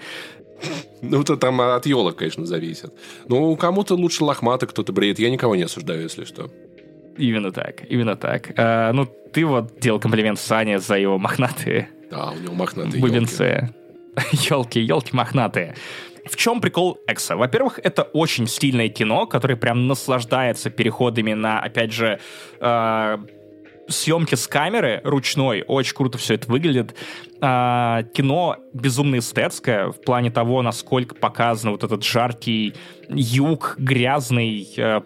Ну, то там от елок, конечно, зависит. Ну, кому-то лучше лохматый, кто-то бреет. Я никого не осуждаю, если что. Именно так, именно так. А, ну, ты вот делал комплимент Сане за его мохнатые... Да, у него мохнатые бубенцы. Елки, елки мохнатые. В чем прикол «Экса»? Во-первых, это очень стильное кино, которое прям наслаждается переходами на, опять же, э, съемки с камеры ручной. Очень круто все это выглядит. Э, кино безумно эстетское в плане того, насколько показан вот этот жаркий юг, грязный, э,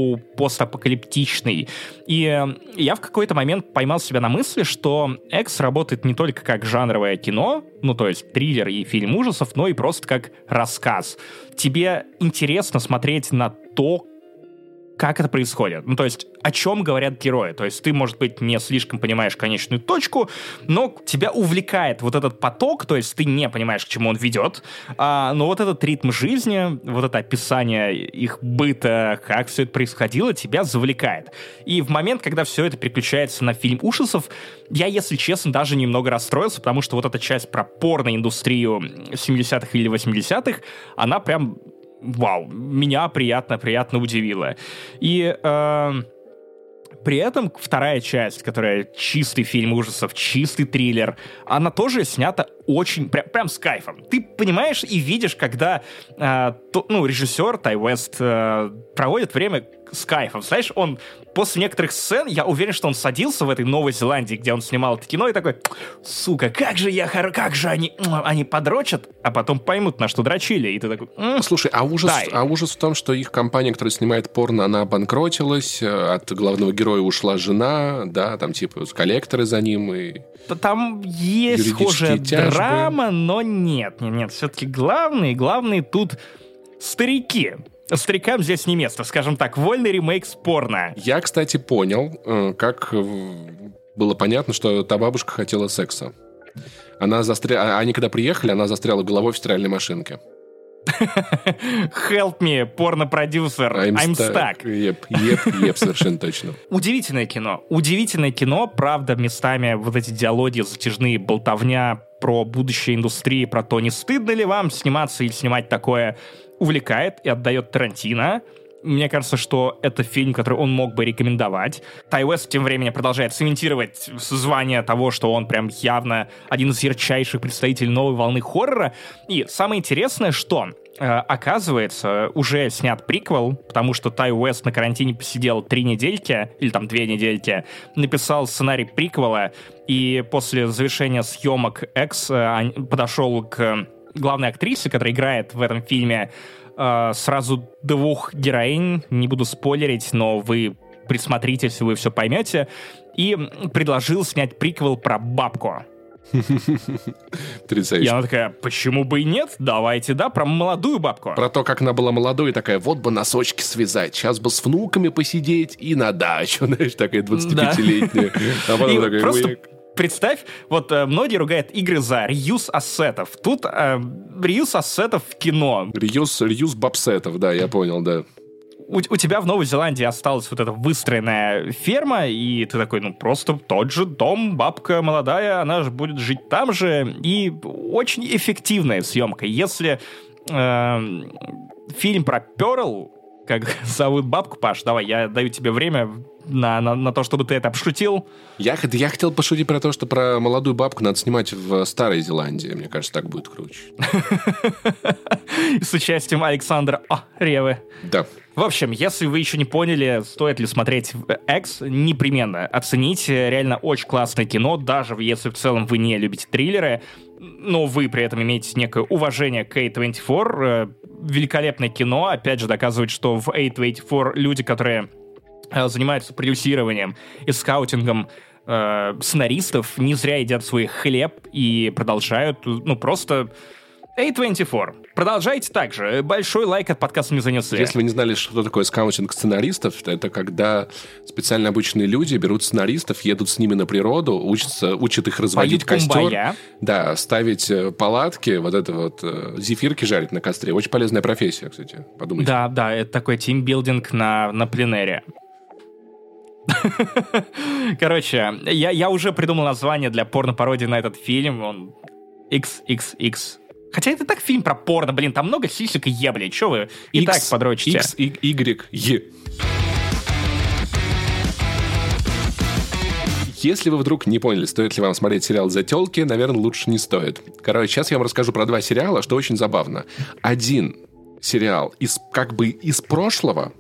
полупостапокалиптичный. И э, я в какой-то момент поймал себя на мысли, что «Экс» работает не только как жанровое кино, ну, то есть триллер и фильм ужасов, но и просто как рассказ. Тебе интересно смотреть на то, как это происходит. Ну, то есть, о чем говорят герои. То есть, ты, может быть, не слишком понимаешь конечную точку, но тебя увлекает вот этот поток, то есть, ты не понимаешь, к чему он ведет, а, но вот этот ритм жизни, вот это описание их быта, как все это происходило, тебя завлекает. И в момент, когда все это переключается на фильм ужасов, я, если честно, даже немного расстроился, потому что вот эта часть про порноиндустрию семидесятых или восьмидесятых, она прям... Вау, меня приятно-приятно удивило. И э, при этом вторая часть, которая чистый фильм ужасов, чистый триллер, она тоже снята очень, прям, прям с кайфом. Ты понимаешь и видишь, когда э, то, ну, режиссер Ти Уэст э, проводит время с кайфом. Знаешь, он после некоторых сцен, я уверен, что он садился в этой Новой Зеландии, где он снимал это кино, и такой: сука, как же я, как же они, они подрочат, а потом поймут, на что дрочили. И ты такой: м-м, слушай, а ужас, дай. а ужас в том, что их компания, которая снимает порно, она обанкротилась, от главного героя ушла жена, да, там типа коллекторы за ним и... Там есть схожая драма, но нет, нет, нет, все-таки главные, главные тут старики. Старикам здесь не место, скажем так, вольный ремейк с порно. Я, кстати, понял, как было понятно, что та бабушка хотела секса. Она застряла, они когда приехали, она застряла головой в стиральной машинке. Help me, порно-продюсер, I'm, I'm stuck. Еп, еп, еп, совершенно точно. Удивительное кино. Удивительное кино, правда, местами вот эти диалоги затяжные, болтовня про будущее индустрии, про то, не стыдно ли вам сниматься или снимать такое, увлекает и отдает Тарантино. Мне кажется, что это фильм, который он мог бы рекомендовать. Ти Уэст тем временем продолжает цементировать звание того, что он прям явно один из ярчайших представителей новой волны хоррора. И самое интересное, что, э, оказывается, уже снят приквел, потому что Ти Уэст на карантине посидел три недельки, или там две недельки, написал сценарий приквела, и после завершения съемок X э, подошел к главной актрисе, которая играет в этом фильме, сразу двух героинь, не буду спойлерить, но вы присмотритесь, вы все поймете, и предложил снять приквел про бабку. Потрясающе. И она такая, почему бы и нет? Давайте, да, про молодую бабку. Про то, как она была молодой, такая, вот бы носочки связать, сейчас бы с внуками посидеть и на дачу, знаешь, такая двадцатипятилетняя. А потом такая, просто... Представь, вот э, многие ругают игры за реюз ассетов. Тут э, реюз ассетов в кино. Реюз, реюз бабсетов, да, я понял, да. У, у тебя в Новой Зеландии осталась вот эта выстроенная ферма, и ты такой, ну, просто тот же дом, бабка молодая, она же будет жить там же. И очень эффективная съемка. Если э, фильм про Перл, как зовут бабку, Паш, давай, я даю тебе время на, на, на то, чтобы ты это обшутил. Я, я хотел пошутить про то, что про молодую бабку надо снимать в Старой Зеландии. Мне кажется, так будет круче. С участием Александра О. Ревы. Да. В общем, если вы еще не поняли, стоит ли смотреть X, непременно оцените. Реально очень классное кино, даже если в целом вы не любите триллеры, но вы при этом имеете некое уважение к эй двадцать четыре. Великолепное кино, опять же, доказывает, что в эй двадцать четыре люди, которые занимаются продюсированием и скаутингом э, сценаристов, не зря едят свой хлеб и продолжают, ну, просто... эй двадцать четыре. Продолжайте так же. Большой лайк от подкаста «Не занесли». Если вы не знали, что такое скаутинг сценаристов, то это когда специально обученные люди берут сценаристов, едут с ними на природу, учатся, учат их разводить Поют костер. кумбая. Да, ставить палатки, вот это вот зефирки жарить на костре. Очень полезная профессия, кстати. Подумайте. Да, да, это такой тимбилдинг на, на пленэре. Короче, я, я уже придумал название для порно-пародии на этот фильм. Он икс икс икс. Хотя это так фильм про порно, блин, там много сисек и ебли. Че вы и так подрочите? X, Y, E. Если вы вдруг не поняли, стоит ли вам смотреть сериал «За тёлки», наверное, лучше не стоит. Короче, сейчас я вам расскажу про два сериала, что очень забавно. Один сериал из, как бы из прошлого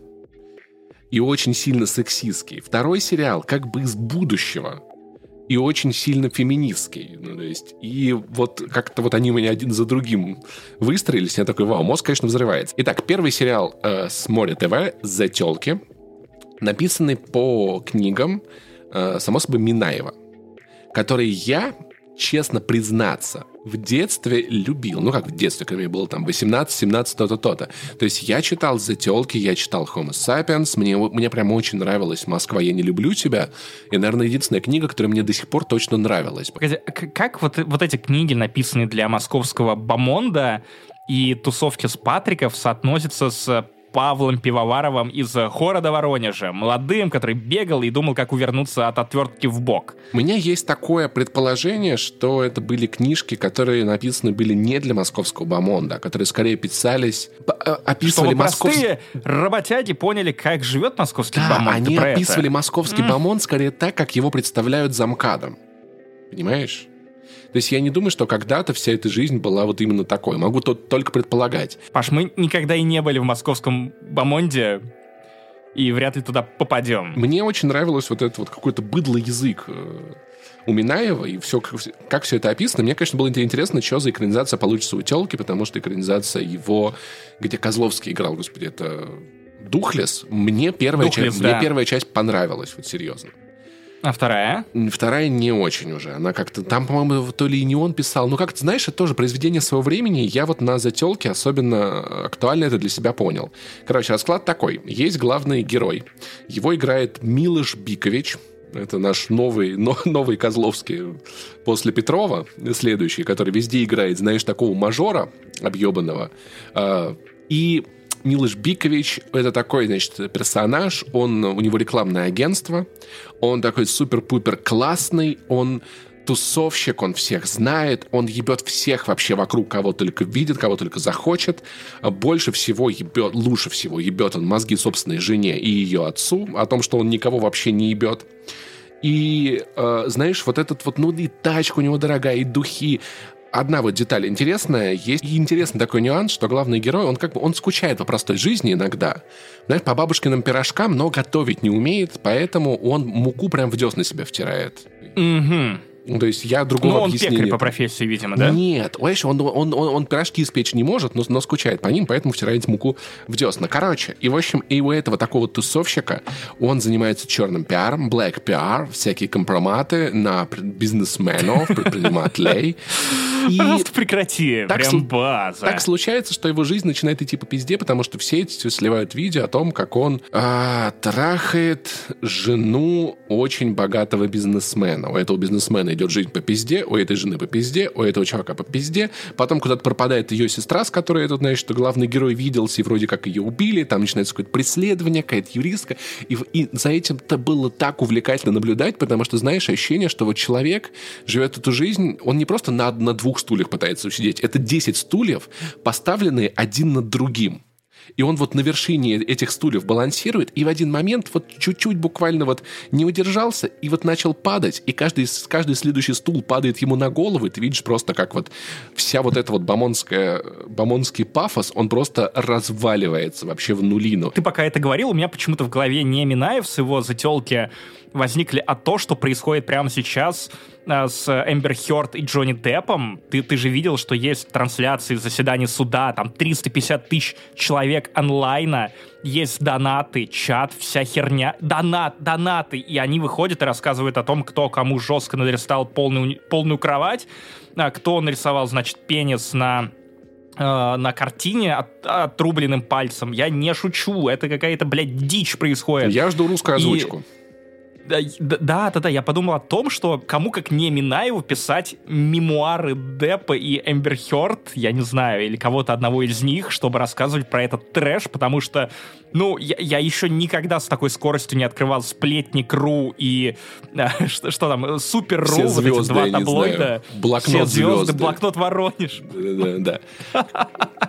и очень сильно сексистский. Второй сериал как бы из будущего и очень сильно феминистский. Ну, то есть, и вот как-то вот они у меня один за другим выстроились. Я такой, вау, мозг, конечно, взрывается. Итак, первый сериал э, с Море ТВ «За тёлки», написанный по книгам, э, само собой, Минаева, который я, честно признаться, в детстве любил. Ну, как в детстве, когда мне было там восемнадцать, семнадцать, то-то, то-то. То есть я читал «За тёлки», я читал «Homo sapiens», мне, мне прям очень нравилась «Москва, я не люблю тебя». И, наверное, единственная книга, которая мне до сих пор точно нравилась. Погоди, как вот, вот эти книги, написанные для московского бомонда и тусовки с Патриков, соотносятся с Павлом Пивоваровым из «Города Воронежа», молодым, который бегал и думал, как увернуться от отвертки в бок. У меня есть такое предположение, что это были книжки, которые написаны были не для московского бомонда, а которые скорее писались, описывали Чтобы московский... простые работяги поняли, как живет московский да, бомонд. они описывали это. московский mm. бомонд скорее так, как его представляют замкадом. Понимаешь? То есть я не думаю, что когда-то вся эта жизнь была вот именно такой. Могу тут только предполагать. Паш, мы никогда и не были в московском бомонде, и вряд ли туда попадем. Мне очень нравилось вот этот вот какой-то быдлый язык у Минаева, и все, как, как все это описано. Мне, конечно, было интересно, что за экранизация получится у «Тёлки», потому что экранизация его, где Козловский играл, господи, это Духлес. Мне первая, Духлес, часть, да. мне первая часть понравилась, вот серьезно. А вторая? Вторая не очень уже. Она как-то... Там, по-моему, то ли и не он писал. Ну, как-то, знаешь, это тоже произведение своего времени. Я вот на «За тёлки» особенно актуально это для себя понял. Короче, расклад такой. Есть главный герой. Его играет Милош Бикович. Это наш новый, но, новый Козловский после Петрова, следующий, который везде играет, знаешь, такого мажора объебанного. И Милош Бикович — это такой, значит, персонаж. Он, у него рекламное агентство. Он такой супер-пупер классный. Он тусовщик, он всех знает, он ебет всех вообще вокруг, кого только видит, кого только захочет. Больше всего ебет, лучше всего ебет он мозги собственной жене и ее отцу о том, что он никого вообще не ебет. И, э, знаешь, вот этот вот, ну, и тачка у него дорогая, и духи. Одна вот деталь интересная. Есть и интересный такой нюанс, что главный герой, он как бы, он скучает по простой жизни иногда. Знаешь, по бабушкиным пирожкам, но готовить не умеет, поэтому он муку прям в десны себе втирает. Угу. То есть я другого ну, он объяснения... пекарь по профессии, видимо, да? Нет, знаешь, он, он, он, он пирожки испечь не может, но, но скучает по ним, поэтому втирает муку в десна. Короче, и в общем, и у этого такого тусовщика он занимается черным пиаром, black пиар, всякие компроматы на бизнесменов, предпринимателей. Просто прекрати, прям база. Так случается, что его жизнь начинает идти по пизде, потому что все эти сливают видео о том, как он а, трахает жену очень богатого бизнесмена. У этого бизнесмена идет жизнь по пизде, у этой жены по пизде, у этого чувака по пизде. Потом куда-то пропадает ее сестра, с которой этот, знаешь, что главный герой виделся, и вроде как ее убили. Там начинается какое-то преследование, какая-то юристка. И, и за этим-то было так увлекательно наблюдать, потому что, знаешь, ощущение, что вот человек живет эту жизнь, он не просто на, на двух стульях пытается усидеть. Это десять стульев, поставленные один над другим. И он вот на вершине этих стульев балансирует, и в один момент вот чуть-чуть буквально вот не удержался, и вот начал падать, и каждый, каждый следующий стул падает ему на голову, и ты видишь просто, как вот вся вот эта вот бомонская, бомонский пафос, он просто разваливается вообще в нулину. Ты пока это говорил, у меня почему-то в голове не Минаев с его зателки возникли, а то, что происходит прямо сейчас э, с Эмбер Хёрд и Джонни Деппом. Ты, ты же видел, что есть трансляции заседаний суда, там триста пятьдесят тысяч человек онлайна, есть донаты, чат, вся херня. Донат, донаты. И они выходят и рассказывают о том, кто кому жестко нарисовал полную, полную кровать, а кто нарисовал, значит, пенис на... на картине от, отрубленным пальцем. Я не шучу. Это какая-то, блядь, дичь происходит. Я жду русскую озвучку. И... Да, да, да, да, я подумал о том, что кому как не Минаеву писать мемуары Деппа и Эмбер Хёрд, я не знаю, или кого-то одного из них, чтобы рассказывать про этот трэш, потому что, ну, я, я еще никогда с такой скоростью не открывал Сплетник.ру и а, что, что там, Супер.ру, вот эти два таблоида. Блокнот все звезды, звезды. Блокнот Воронеж. Да, да.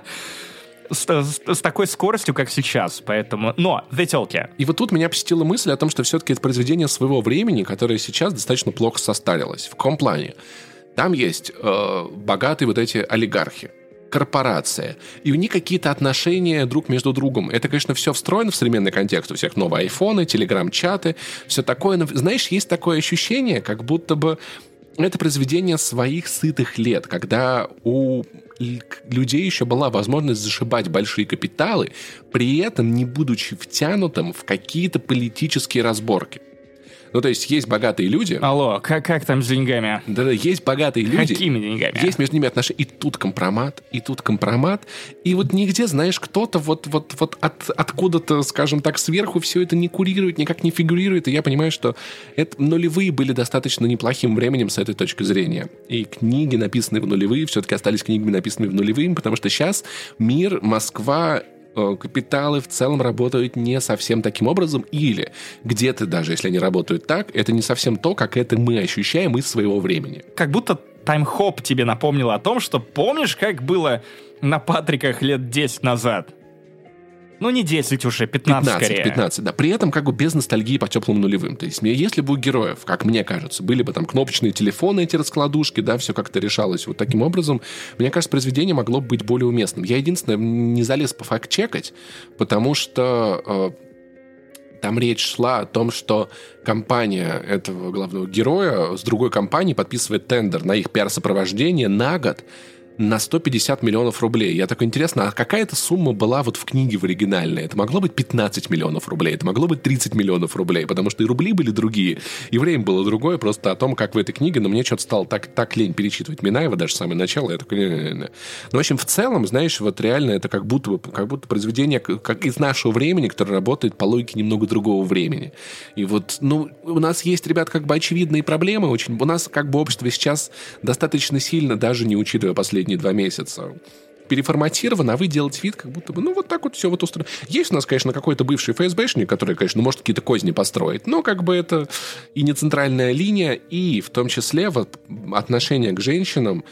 С, с, с такой скоростью, как сейчас, поэтому... Но, The Телки. И вот тут меня посетила мысль о том, что все-таки это произведение своего времени, которое сейчас достаточно плохо состарилось. В каком плане? Там есть э, богатые вот эти олигархи, корпорация, и у них какие-то отношения друг между другом. Это, конечно, все встроено в современный контекст. У всех новые айфоны, телеграм-чаты, все такое. Но, знаешь, есть такое ощущение, как будто бы это произведение своих сытых лет, когда у людей еще была возможность зашибать большие капиталы, при этом не будучи втянутым в какие-то политические разборки. Ну, то есть, есть богатые люди... Алло, как, как там с деньгами? Да-да, есть богатые люди... Какими деньгами? Есть между ними отношения. И тут компромат, и тут компромат. И вот нигде, знаешь, кто-то вот, вот, вот от, откуда-то, скажем так, сверху все это не курирует, никак не фигурирует. И я понимаю, что это, нулевые были достаточно неплохим временем с этой точки зрения. И книги, написанные в нулевые, все-таки остались книгами, написанными в нулевые, потому что сейчас мир, Москва... капиталы в целом работают не совсем таким образом, или где-то даже, если они работают так, это не совсем то, как это мы ощущаем из своего времени. Как будто таймхоп тебе напомнил о том, что помнишь, как было на Патриках лет десять назад? Ну, не десять уже, пятнадцать, пятнадцать скорее. пятнадцать, да. При этом как бы без ностальгии по теплым нулевым. То есть если бы у героев, как мне кажется, были бы там кнопочные телефоны, эти раскладушки, да, все как-то решалось вот таким образом, мне кажется, произведение могло бы быть более уместным. Я единственное не залез по факт-чекать, потому что э, там речь шла о том, что компания этого главного героя с другой компанией подписывает тендер на их пиар-сопровождение на год на сто пятьдесят миллионов рублей. Я такой, интересно, а какая эта сумма была вот в книге в оригинальной? Это могло быть пятнадцать миллионов рублей, это могло быть тридцать миллионов рублей, потому что и рубли были другие, и время было другое, просто о том, как в этой книге, но мне что-то стало так, так лень перечитывать Минаева, даже самое начало, я такой, не-не-не. Ну, в общем, в целом, знаешь, вот реально это как будто, как будто произведение как из нашего времени, которое работает по логике немного другого времени. И вот, ну, у нас есть, ребят, как бы очевидные проблемы, очень, у нас как бы общество сейчас достаточно сильно, даже не учитывая последние два месяца, переформатировано, а вы делаете вид, как будто бы, ну, вот так вот все вот устроено. Есть у нас, конечно, какой-то бывший эф эс бэшник, который, конечно, ну, может какие-то козни построить, но как бы это и не центральная линия, и в том числе вот отношение к женщинам.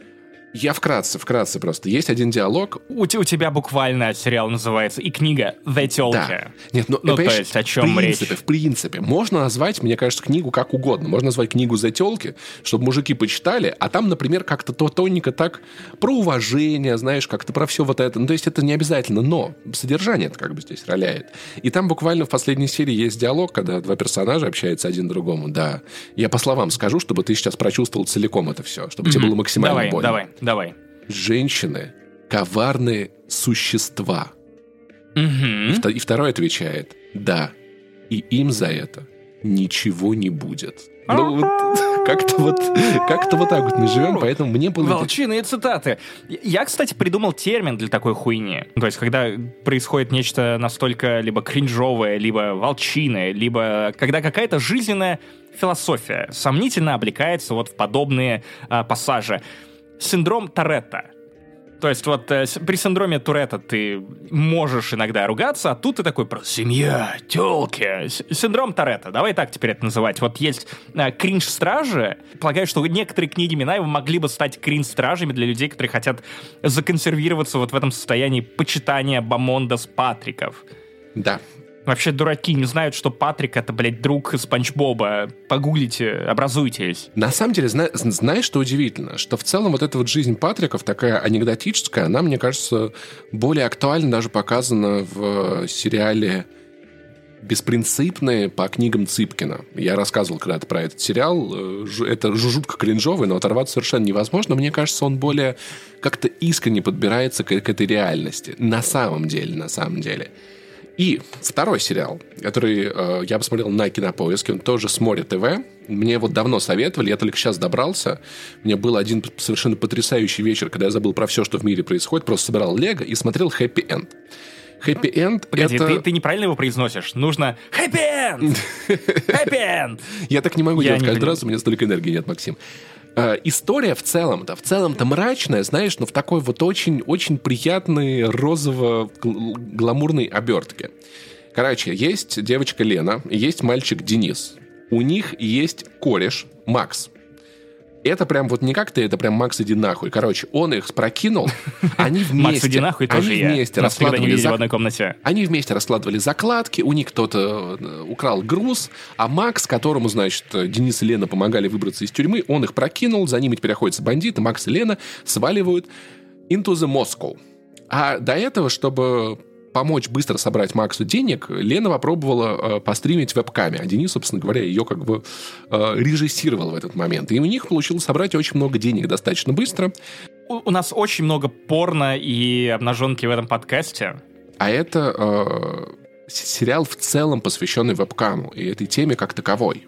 Я вкратце, вкратце просто. Есть один диалог. У, у тебя буквально сериал называется и книга «The Тёлки». Да. Нет, ну, ну то есть о чем в принципе, речь? В принципе, можно назвать, мне кажется, книгу как угодно. Можно назвать книгу «The Тёлки», чтобы мужики почитали, а там, например, как-то то тоненько так про уважение, знаешь, как-то про все вот это. Ну, то есть это не обязательно, но содержание это как бы здесь роляет. И там буквально в последней серии есть диалог, когда два персонажа общаются один другому. Да. Я по словам скажу, чтобы ты сейчас прочувствовал целиком это все, чтобы mm-hmm. тебе было максимально давай, больно. Давай. Давай. Женщины – коварные существа. Угу. И, и второй отвечает – да, и им за это ничего не будет. Ну, вот как-то вот, как-то вот так вот мы живем, поэтому мне было... Волчиные цитаты. Я, кстати, придумал термин для такой хуйни. То есть, когда происходит нечто настолько либо кринжовое, либо волчиное, либо когда какая-то жизненная философия сомнительно облекается вот в подобные а, пассажи. Синдром Торетто. То есть вот э, при синдроме Туретта ты можешь иногда ругаться, а тут ты такой про семья, тёлки. С- синдром Торетто, давай так теперь это называть. Вот есть э, кринж-стражи. Полагаю, что некоторые книги Минаева могли бы стать кринж-стражами для людей, которые хотят законсервироваться вот в этом состоянии почитания Бамондас Патриков. Да. Вообще дураки не знают, что Патрик — это, блядь, друг Спанч Боба. Погуглите, образуйтесь. На самом деле, зна- знаешь, что удивительно? Что в целом вот эта вот жизнь Патриков, такая анекдотическая, она, мне кажется, более актуально даже показана в сериале «Беспринципные» по книгам Цыпкина. Я рассказывал когда-то про этот сериал. Это жутко кринжовый, но оторваться совершенно невозможно. Мне кажется, он более как-то искренне подбирается к, к этой реальности. На самом деле, на самом деле. И второй сериал, который э, я посмотрел на Кинопоиске, он тоже с Море ТВ. Мне вот давно советовали, я только сейчас добрался. У меня был один совершенно потрясающий вечер, когда я забыл про все, что в мире происходит, просто собирал лего и смотрел «Хэппи Энд». «Хэппи Энд» — Погоди, это... ты, ты неправильно его произносишь. Нужно «Хэппи Энд». «Хэппи Энд». Я так не могу Я делать не каждый понимаю. раз, у меня столько энергии нет, Максим. Э, история в целом-то, в целом-то мрачная, знаешь, но в такой вот очень-очень приятной розово-гламурной обертке. Короче, есть девочка Лена, есть мальчик Денис. У них есть кореш Макс. Это прям вот не как ты, это прям Макс, иди нахуй. Короче, он их прокинул, они вместе... Макс, иди нахуй, тоже они я. вместе Нас никогда не раскладывали видели в зак- одной комнате. Они вместе раскладывали закладки, у них кто-то украл груз, а Макс, которому, значит, Денис и Лена помогали выбраться из тюрьмы, он их прокинул, за ними теперь охотятся бандиты, Макс и Лена сваливают into the Moscow. А до этого, чтобы помочь быстро собрать Максу денег, Лена попробовала э, постримить вебками, а Денис, собственно говоря, ее как бы э, режиссировал в этот момент. И у них получилось собрать очень много денег достаточно быстро. У, у нас очень много порно и обнаженки в этом подкасте. А это э, сериал в целом, посвященный вебкаму и этой теме как таковой.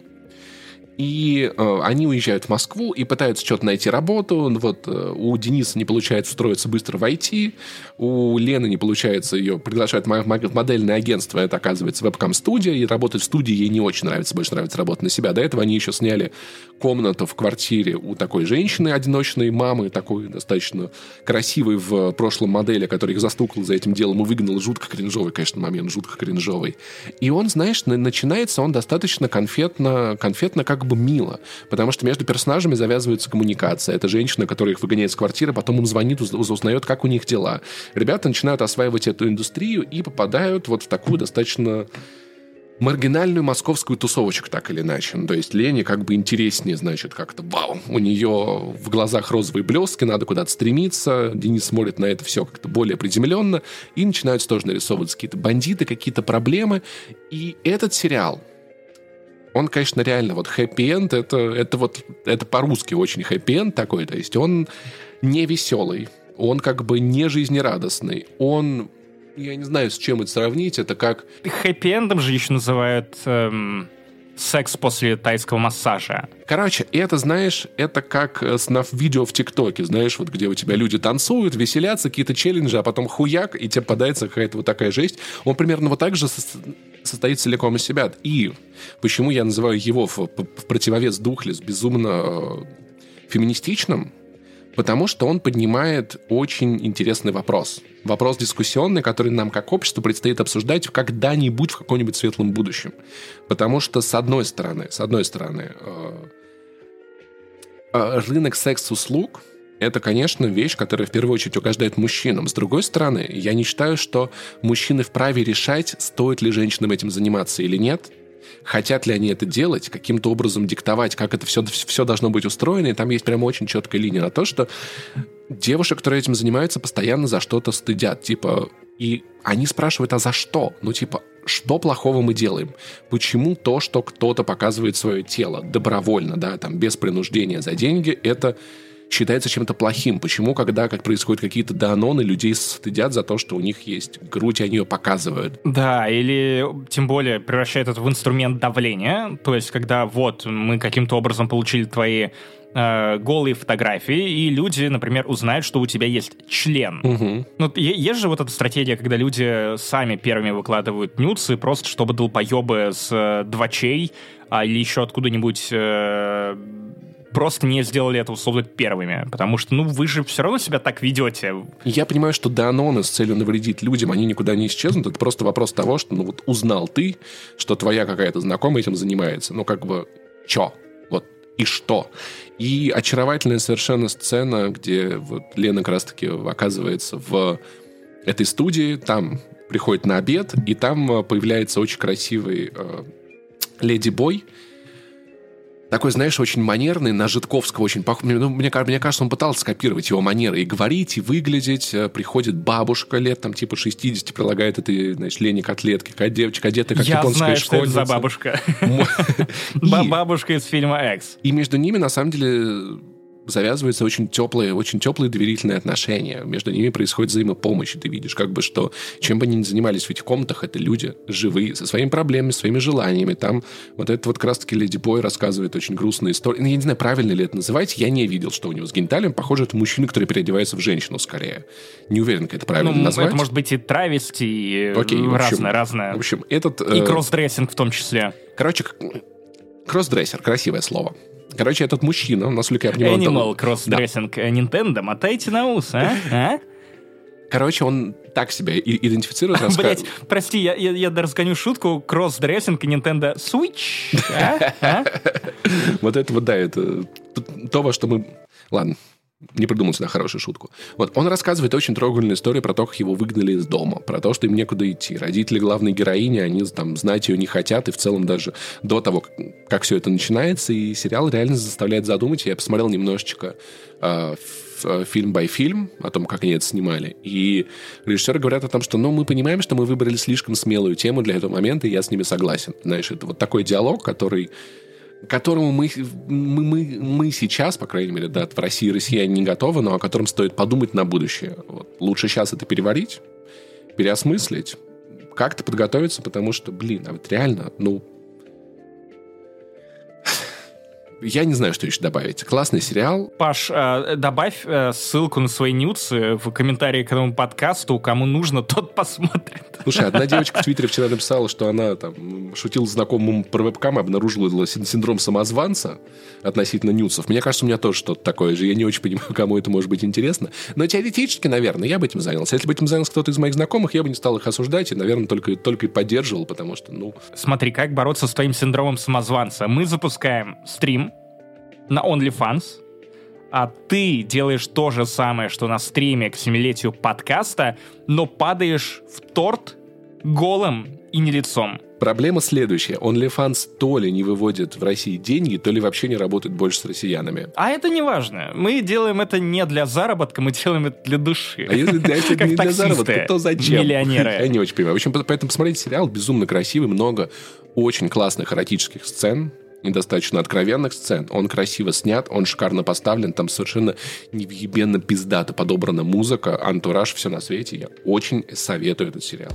И э, они уезжают в Москву и пытаются что-то найти работу. Вот э, у Дениса не получается устроиться быстро в ай ти, у Лены не получается, ее приглашают в модельное агентство, это оказывается вебкам-студия, и работать в студии ей не очень нравится, больше нравится работать на себя. До этого они еще сняли комнату в квартире у такой женщины, одиночной мамы, такой достаточно красивой в прошлом модели, который их застукал за этим делом и выгнал. Жутко кринжовый, конечно, момент, жутко кринжовый. И он, знаешь, начинается он достаточно конфетно, конфетно как бы мило, потому что между персонажами завязывается коммуникация. Это женщина, которая их выгоняет с квартиры, потом им звонит, узнает, как у них дела. Ребята начинают осваивать эту индустрию и попадают вот в такую достаточно маргинальную московскую тусовочку, так или иначе. Ну, то есть Лене как бы интереснее, значит, как-то вау, у нее в глазах розовые блестки, надо куда-то стремиться. Денис смотрит на это все как-то более приземленно, и начинаются тоже нарисовываться какие-то бандиты, какие-то проблемы. И этот сериал, он, конечно, реально вот хэппи-энд, это, это вот это по-русски очень хэппи-энд такой, то есть он не веселый, он как бы не жизнерадостный, он, я не знаю, с чем это сравнить, это как... Хэппи-эндом же еще называют эм, секс после тайского массажа. Короче, это, знаешь, это как снаф-видео в ТикТоке, знаешь, вот где у тебя люди танцуют, веселятся, какие-то челленджи, а потом хуяк, и тебе попадается какая-то вот такая жесть. Он примерно вот так же состоит целиком из себя. И почему я называю его в, в противовес Духлес безумно феминистичным? Потому что он поднимает очень интересный вопрос. Вопрос дискуссионный, который нам как обществу предстоит обсуждать когда-нибудь в каком-нибудь светлом будущем. Потому что, с одной стороны, с одной стороны, э, э, рынок секс-услуг — это, конечно, вещь, которая в первую очередь угождает мужчинам. С другой стороны, я не считаю, что мужчины вправе решать, стоит ли женщинам этим заниматься или нет. Хотят ли они это делать, каким-то образом диктовать, как это все, все должно быть устроено. И там есть прямо очень четкая линия на то, что девушек, которые этим занимаются, постоянно за что-то стыдят. Типа, и они спрашивают, а за что? Ну, типа, что плохого мы делаем? Почему то, что кто-то показывает свое тело добровольно, да, там, без принуждения за деньги, это считается чем-то плохим? Почему, когда как происходят какие-то доаноны, людей стыдят за то, что у них есть грудь, и они ее показывают? Да, или тем более превращают это в инструмент давления. То есть, когда вот мы каким-то образом получили твои э, голые фотографии, и люди, например, узнают, что у тебя есть член. Угу. Ну, есть же вот эта стратегия, когда люди сами первыми выкладывают нюцы, просто чтобы долбоебы с э, двачей а, или еще откуда-нибудь... Э, просто не сделали это, условно, первыми. Потому что, ну, вы же все равно себя так ведете. Я понимаю, что доаноны с целью навредить людям, они никуда не исчезнут. Это просто вопрос того, что, ну, вот узнал ты, что твоя какая-то знакомая этим занимается. Ну, как бы, чё? Вот, и что? И очаровательная совершенно сцена, где вот Лена как раз-таки оказывается в этой студии, там приходит на обед, и там появляется очень красивый э, леди-бой, такой, знаешь, очень манерный, на Житковского очень похож. Ну, мне, мне кажется, он пытался скопировать его манеры и говорить, и выглядеть. Приходит бабушка лет, там, типа шестьдесят, прилагает этой, знаешь, Лене котлетки, какая девочка одета, как японская школьница. Я знаю, что это за бабушка. Бабушка из фильма «Экс». И между ними, на самом деле, завязываются очень теплые, очень теплые доверительные отношения. Между ними происходит взаимопомощь. И ты видишь, как бы, что чем бы они ни занимались в этих комнатах, это люди живые, со своими проблемами, своими желаниями. Там вот этот вот как раз-таки Леди Бой рассказывает очень грустные истории. Ну, я не знаю, правильно ли это называть. Я не видел, что у него с гениталием. Похоже, это мужчина, который переодевается в женщину скорее. Не уверен, как это правильно ну, назвать. Это может быть и травести, и Окей, в общем, разное, разное. В общем, этот... И э... кроссдрессинг в том числе. Короче, кроссдрессер, красивое слово. Короче, этот мужчина, насколько я понимаю... Animal кроссдрессинг. Да. Nintendo, мотайте на ус, а? а? Короче, он так себя идентифицирует. Блять, прости, я, я, я разгоню шутку. Кроссдрессинг и Nintendo Switch. А? А? Вот это вот, да, это то, во что мы... Ладно. Не придумал сюда хорошую шутку. Вот, он рассказывает очень трогательную историю про то, как его выгнали из дома, про то, что им некуда идти. Родители главной героини, они там знать ее не хотят, и в целом даже до того, как, как все это начинается, и сериал реально заставляет задумать. Я посмотрел немножечко э, ф, фильм by фильм о том, как они это снимали, и режиссеры говорят о том, что, ну, мы понимаем, что мы выбрали слишком смелую тему для этого момента, и я с ними согласен. Знаешь, это вот такой диалог, который... к которому мы, мы, мы, мы сейчас, по крайней мере, да, в России и россияне не готовы, но о котором стоит подумать на будущее. Вот. Лучше сейчас это переварить, переосмыслить, как-то подготовиться, потому что, блин, а вот реально, ну... Я не знаю, что еще добавить. Классный сериал. Паш, э, добавь э, ссылку на свои нюцы в комментарии к этому подкасту. Кому нужно, тот посмотрит. Слушай, одна девочка в Твиттере вчера написала, что она там шутила знакомому про вебкам и обнаружила синдром самозванца относительно нюцев. Мне кажется, у меня тоже что-то такое же. Я не очень понимаю, кому это может быть интересно. Но теоретически, наверное, я бы этим занялся. Если бы этим занялся кто-то из моих знакомых, я бы не стал их осуждать и, наверное, только, только и поддерживал, потому что, ну... Смотри, как бороться с твоим синдромом самозванца. Мы запускаем стрим на OnlyFans, а ты делаешь то же самое, что на стриме к семилетию подкаста, но падаешь в торт голым и не лицом. Проблема следующая. OnlyFans то ли не выводит в России деньги, то ли вообще не работает больше с россиянами. А это не важно. Мы делаем это не для заработка, мы делаем это для души. А если это не для заработка, то зачем? Миллионеры. Я не очень понимаю. В общем, поэтому посмотрите сериал. Безумно красивый, много очень классных эротических сцен. недостаточно откровенных сцен. Он красиво снят, он шикарно поставлен, там совершенно невъебенно пиздато подобрана музыка, антураж, все на свете. Я очень советую этот сериал.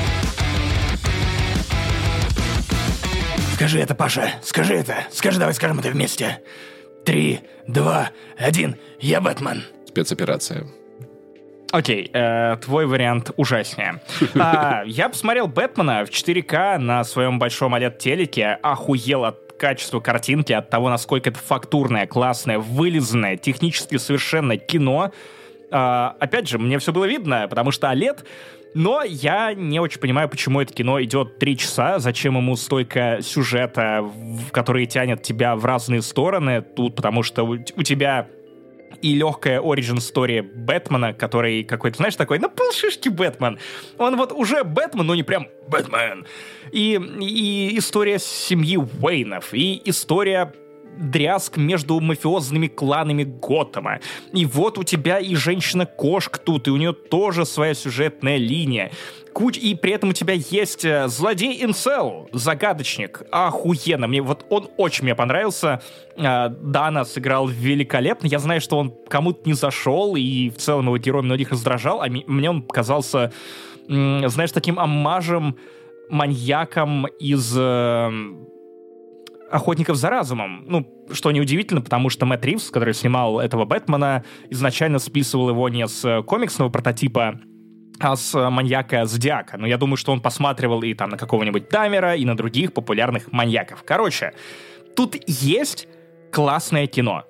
Скажи это, Паша, скажи это. Скажи, давай скажем это вместе. Три, два, один. Я Бэтмен. Спецоперация. Окей, э, твой вариант ужаснее. А, я посмотрел «Бэтмена» в четыре ка на своем большом о лед-телеке, охуел от качества картинки, от того, насколько это фактурное, классное, вылизанное, технически совершенно кино. А, опять же, мне все было видно, потому что о лед, но я не очень понимаю, почему это кино идет три часа, зачем ему столько сюжета, в который тянет тебя в разные стороны тут, потому что у, у тебя... и легкая оригин-стори Бэтмена, который какой-то, знаешь, такой, на полшишки Бэтмен. Он вот уже Бэтмен, но не прям Бэтмен. И, и история семьи Уэйнов, и история дрязг между мафиозными кланами Готэма. И вот у тебя и женщина-кошка тут, и у нее тоже своя сюжетная линия. Куч... И при этом у тебя есть злодей-инцел, загадочник. Охуенно. Мне вот он очень мне понравился. Дана сыграл великолепно. Я знаю, что он кому-то не зашел, и в целом его герой многих раздражал, а мне он показался, знаешь, таким оммажем, маньяком из «Охотников за разумом». Ну, что неудивительно, потому что Мэтт Ривз, который снимал этого Бэтмена, изначально списывал его не с комиксного прототипа, а с маньяка Зодиака. Но я думаю, что он посматривал и там на какого-нибудь Даммера, и на других популярных маньяков. Короче, тут есть классное кино.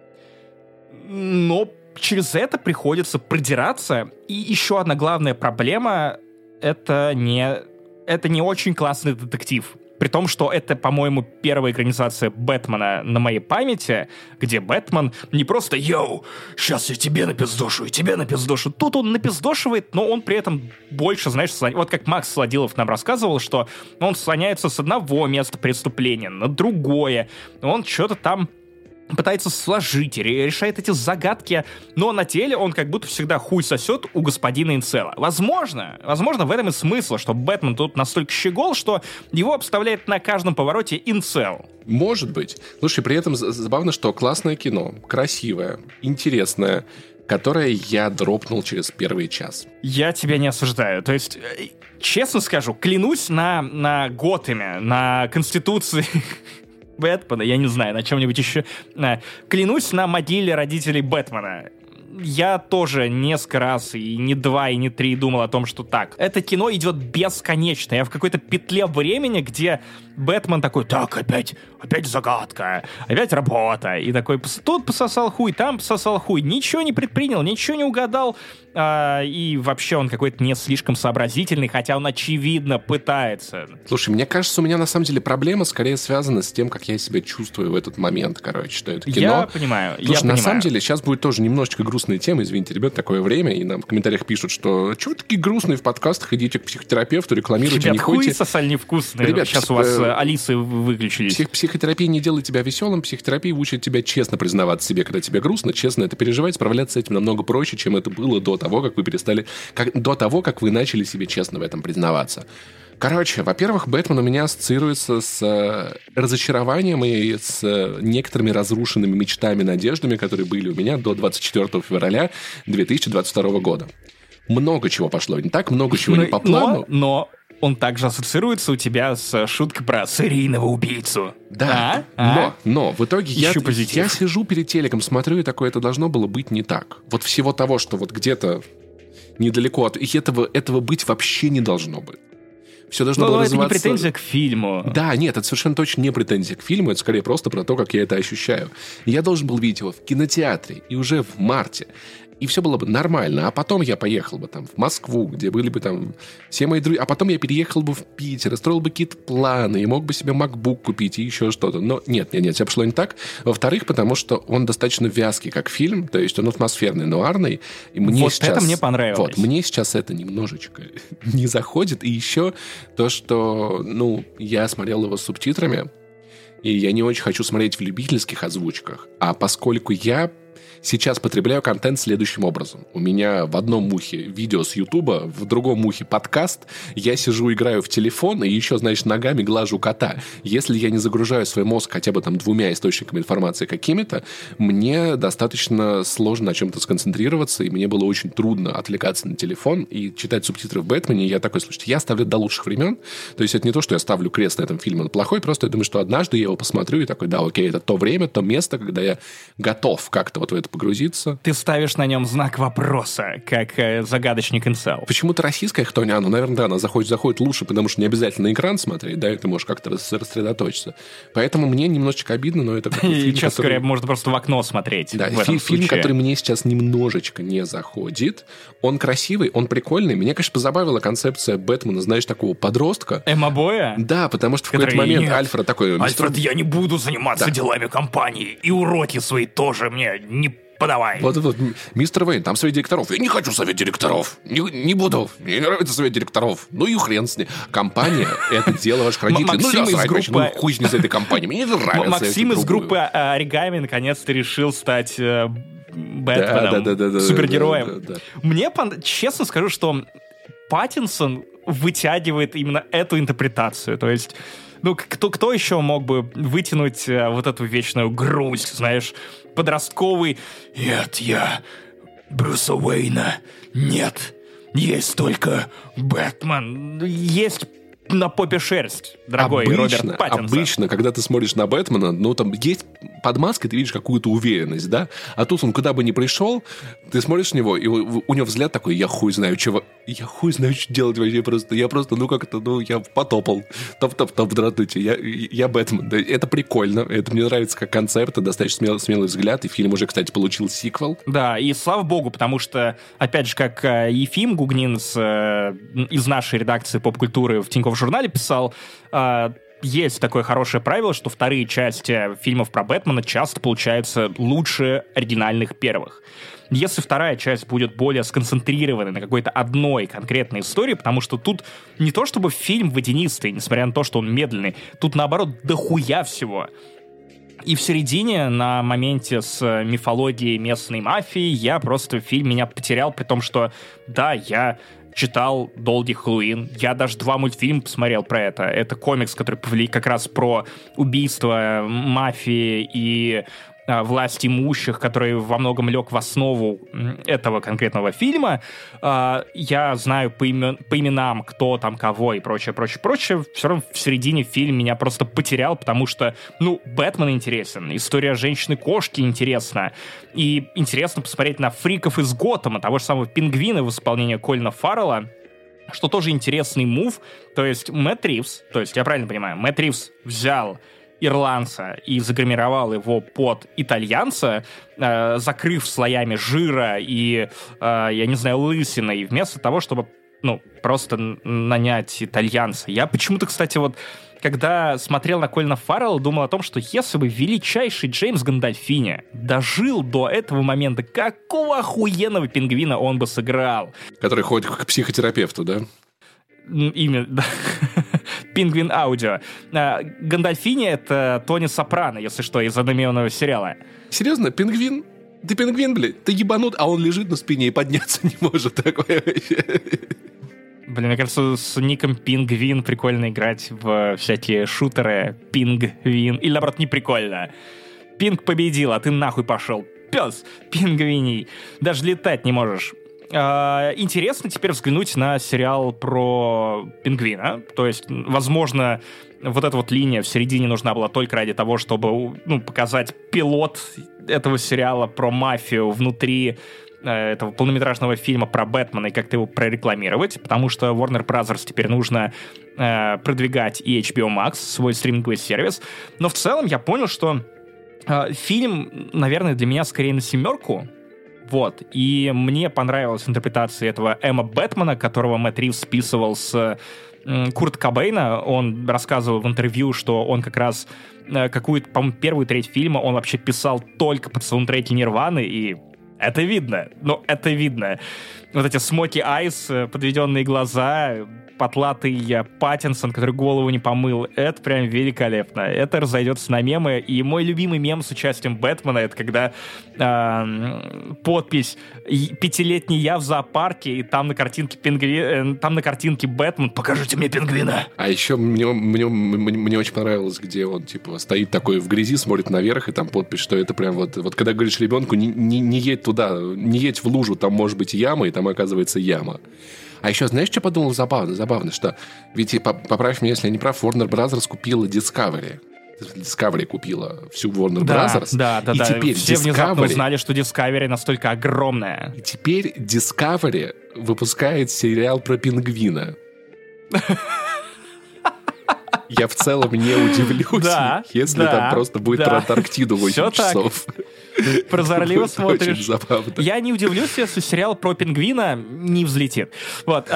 Но через это приходится продираться. И еще одна главная проблема — это не, это не очень классный детектив. При том, что это, по-моему, первая экранизация Бэтмена на моей памяти, где Бэтмен не просто «Йоу, сейчас я тебе напиздошу, и тебе напиздошу». Тут он напиздошивает, но он при этом больше, знаешь, слон... вот как Макс Сладилов нам рассказывал, что он слоняется с одного места преступления на другое. Он что-то там пытается сложить, решает эти загадки, но на теле он как будто всегда хуй сосет у господина инцела. Возможно, возможно, в этом и смысл, что Бэтмен тут настолько щегол, что его обставляет на каждом повороте инцел. Может быть. Слушай, при этом забавно, что классное кино, красивое, интересное, которое я дропнул через первый час. Я тебя не осуждаю. То есть, честно скажу, клянусь на, на Готэме, на Конституции Бэтмена, я не знаю, на чем-нибудь еще. Клянусь на могиле родителей Бэтмена. Я тоже несколько раз, и не два, и не три думал о том, что так. Это кино идет бесконечно. Я в какой-то петле времени, где Бэтмен такой: так, опять, опять загадка, опять работа. И такой, тут пососал хуй, там пососал хуй. Ничего не предпринял, ничего не угадал. А, и вообще он какой-то не слишком сообразительный, хотя он, очевидно, пытается. Слушай, мне кажется, у меня на самом деле проблема скорее связана с тем, как я себя чувствую в этот момент, короче, что это кино. Я понимаю, Слушай, я на понимаю. самом деле сейчас будет тоже немножечко грустная тема, извините, ребят, такое время, и нам в комментариях пишут, что чего вы такие грустные в подкастах, идите к психотерапевту, рекламируйте, ребят, не ходите. хуй сосали невкусные. Ребят, сейчас пс- у вас э- Алисы выключились. Псих- психотерапия не делает тебя веселым, психотерапия учит тебя честно признаваться себе, когда тебе грустно, честно это переживать, справляться с этим намного проще, чем это было до того, как вы перестали, как, до того, как вы начали себе честно в этом признаваться. Короче, во-первых, Бэтмен у меня ассоциируется с э, разочарованием и с э, некоторыми разрушенными мечтами, надеждами, которые были у меня до двадцать четвёртого февраля две тысячи двадцать второго года. Много чего пошло не так, много чего но, не по плану. Но, но он также ассоциируется у тебя с шуткой про серийного убийцу. Да, а? но, А? но в итоге я, Ищу позитив. я сижу перед телеком, смотрю, и такое, это должно было быть не так. Вот всего того, что вот где-то недалеко от... И этого, этого быть вообще не должно быть. Все должно Но было это развиваться... не претензия к фильму. Да, нет, это совершенно точно не претензия к фильму, это скорее просто про то, как я это ощущаю. Я должен был видеть его в кинотеатре, и уже в марте. И все было бы нормально. А потом я поехал бы там в Москву, где были бы там все мои друзья. А потом я переехал бы в Питер, и строил бы какие-то планы, и мог бы себе MacBook купить и еще что-то. Но нет, нет, нет, все пошло не так. Во-вторых, потому что он достаточно вязкий как фильм, то есть он атмосферный, нуарный. И мне вот сейчас, это мне понравилось. Вот, мне сейчас это немножечко не заходит. И еще то, что, ну, я смотрел его с субтитрами, и я не очень хочу смотреть в любительских озвучках. А поскольку я сейчас потребляю контент следующим образом. У меня в одном ухе видео с Ютуба, в другом ухе подкаст. Я сижу, играю в телефон и еще, знаешь, ногами глажу кота. Если я не загружаю свой мозг хотя бы там двумя источниками информации какими-то, мне достаточно сложно на чем-то сконцентрироваться, и мне было очень трудно отвлекаться на телефон и читать субтитры в «Бэтмене». Я такой, слушайте, я ставлю до лучших времен. То есть это не то, что я ставлю крест на этом фильме, он плохой, просто я думаю, что однажды я его посмотрю и такой, да, окей, это то время, то место, когда я готов как-то вот в это погрузиться. Ты ставишь на нем знак вопроса, как э, загадочник инцел. Почему-то российская хтоня, ну, наверное, да, она заходит, заходит лучше, потому что не обязательно на экран смотреть, да, и ты можешь как-то рассредоточиться. Поэтому мне немножечко обидно, но это какой-то фильм, честно который... говоря, можно просто в окно смотреть. Да, в этом фильм, случае. который мне сейчас немножечко не заходит. Он красивый, он прикольный. Меня, конечно, позабавила концепция Бэтмена, знаешь, такого подростка. Эмо-боя? Да, потому что в какой-то момент нет. Альфред такой... Альфред, я не буду заниматься Да. делами компании, и уроки свои тоже мне не подавай. Вот, вот, мистер Уэйн, там совет директоров. Я не хочу совет директоров. Не, не буду. Мне не нравится совет директоров. Ну и хрен с ней. Компания — это дело ваших родителей. Максим Ну, из да, группы- ну, хуй с ней с этой компанией. Мне не нравится. Максим я из другую. группы а, Оригами наконец-то решил стать э, Бэтменом, Да, да, да, да, супергероем. да, да, да. Мне, пон- честно скажу, что Паттинсон вытягивает именно эту интерпретацию. То есть, ну, кто, кто еще мог бы вытянуть э, вот эту вечную грусть, знаешь, подростковый «Нет, я Брюса Уэйна, нет, есть только Бэтмен». Есть на попе шерсть, дорогой обычно, Роберт Паттинсон. Обычно, когда ты смотришь на Бэтмена, ну, там есть под маской, ты видишь какую-то уверенность, да? А тут он куда бы ни пришел, ты смотришь на него, и у, у него взгляд такой, я хуй знаю, чего... Я хуй знаю, что делать вообще просто. Я просто, ну, как-то, ну, я потопал. Топ-топ-топ, дратуйте. Я, я Бэтмен. Да, это прикольно. Это мне нравится как концепт. Это достаточно смелый, смелый взгляд. И фильм уже, кстати, получил сиквел. Да, и слава богу, потому что, опять же, как э, Ефим Гугнин с, э, из нашей редакции поп-культуры в Тинькофф журнале писал, э, есть такое хорошее правило, что вторые части фильмов про Бэтмена часто получаются лучше оригинальных первых. Если вторая часть будет более сконцентрированной на какой-то одной конкретной истории, потому что тут не то чтобы фильм водянистый, несмотря на то, что он медленный, тут, наоборот, дохуя всего. И в середине, на моменте с мифологией местной мафии, я просто фильм меня потерял, при том, что, да, я читал «Долгий Хэллоуин», я даже два мультфильма посмотрел про это. Это комикс, который повли как раз про убийство мафии и а, власть имущих, который во многом лег в основу этого конкретного фильма. А, я знаю по, имен, по именам, кто там кого и прочее, прочее, прочее. Все равно в середине фильм меня просто потерял, потому что, ну, Бэтмен интересен, история женщины-кошки интересна, и интересно посмотреть на фриков из Готэма, того же самого Пингвина в исполнении Колина Фаррелла, что тоже интересный мув. То есть Мэтт Ривз, то есть я правильно понимаю, Мэтт Ривз взял ирландца и загримировал его под итальянца, э, закрыв слоями жира и, э, я не знаю, лысиной, вместо того, чтобы, ну, просто нанять итальянца. Я почему-то, кстати, вот, когда смотрел на Колина Фаррелла, думал о том, что если бы величайший Джеймс Гандольфини дожил до этого момента, какого охуенного пингвина он бы сыграл? Который ходит к психотерапевту, да? Имя, да. Пингвин Аудио. А, Гандольфини — это Тони Сопрано, если что, из анимированного сериала. Серьезно? Пингвин? Ты пингвин, блядь? Ты ебанут, а он лежит на спине и подняться не может. Такое вообще. Блин, мне кажется, с ником Пингвин прикольно играть в всякие шутеры. Пингвин. Или, наоборот, не прикольно. Пинг победил, а ты нахуй пошел. Пес пингвиний. Даже летать не можешь. Uh, интересно теперь взглянуть на сериал про пингвина. То есть, возможно, вот эта вот линия в середине нужна была только ради того, чтобы, ну, показать пилот этого сериала про мафию внутри uh, этого полнометражного фильма про Бэтмена и как-то его прорекламировать, потому что Warner Bros. Теперь нужно uh, продвигать и эйч би о Max, свой стриминговый сервис. Но в целом я понял, что uh, фильм, наверное, для меня скорее на семерку. Вот, и мне понравилась интерпретация этого Эма Бэтмена, которого Мэтт Ривз списывал с м, Курта Кобейна. Он рассказывал в интервью, что он как раз э, какую-то, по-моему, первую треть фильма он вообще писал только под саундтреки Нирваны, и это видно, ну, это видно. вот эти смоки айс, подведенные глаза, потлатый Паттинсон, который голову не помыл. Это прям великолепно. Это разойдется на мемы. И мой любимый мем с участием Бэтмена — это когда э, подпись «Пятилетний я в зоопарке», и там на картинке пингвин, там на картинке Бэтмен «Покажите мне пингвина». А еще мне, мне, мне, мне очень понравилось, где он типа стоит такой в грязи, смотрит наверх, и там подпись, что это прям вот... Вот когда говоришь ребенку, не, не, не едь туда, не едь в лужу, там может быть яма, и там оказывается яма. А еще, знаешь, что подумал забавно? Забавно, что ведь, поправь меня, если я не прав, Warner Bros. Купила Discovery. Discovery купила всю Warner да, Bros. Да, да, и да. Теперь все Discovery... внезапно узнали, что Discovery настолько огромная. И теперь Discovery выпускает сериал про пингвина. Я в целом не удивлюсь, да, если да, там просто будет да. про Антарктиду восемь часов. Прозорливо смотришь. Очень забавно. Я не удивлюсь, если сериал про пингвина не взлетит. Вот.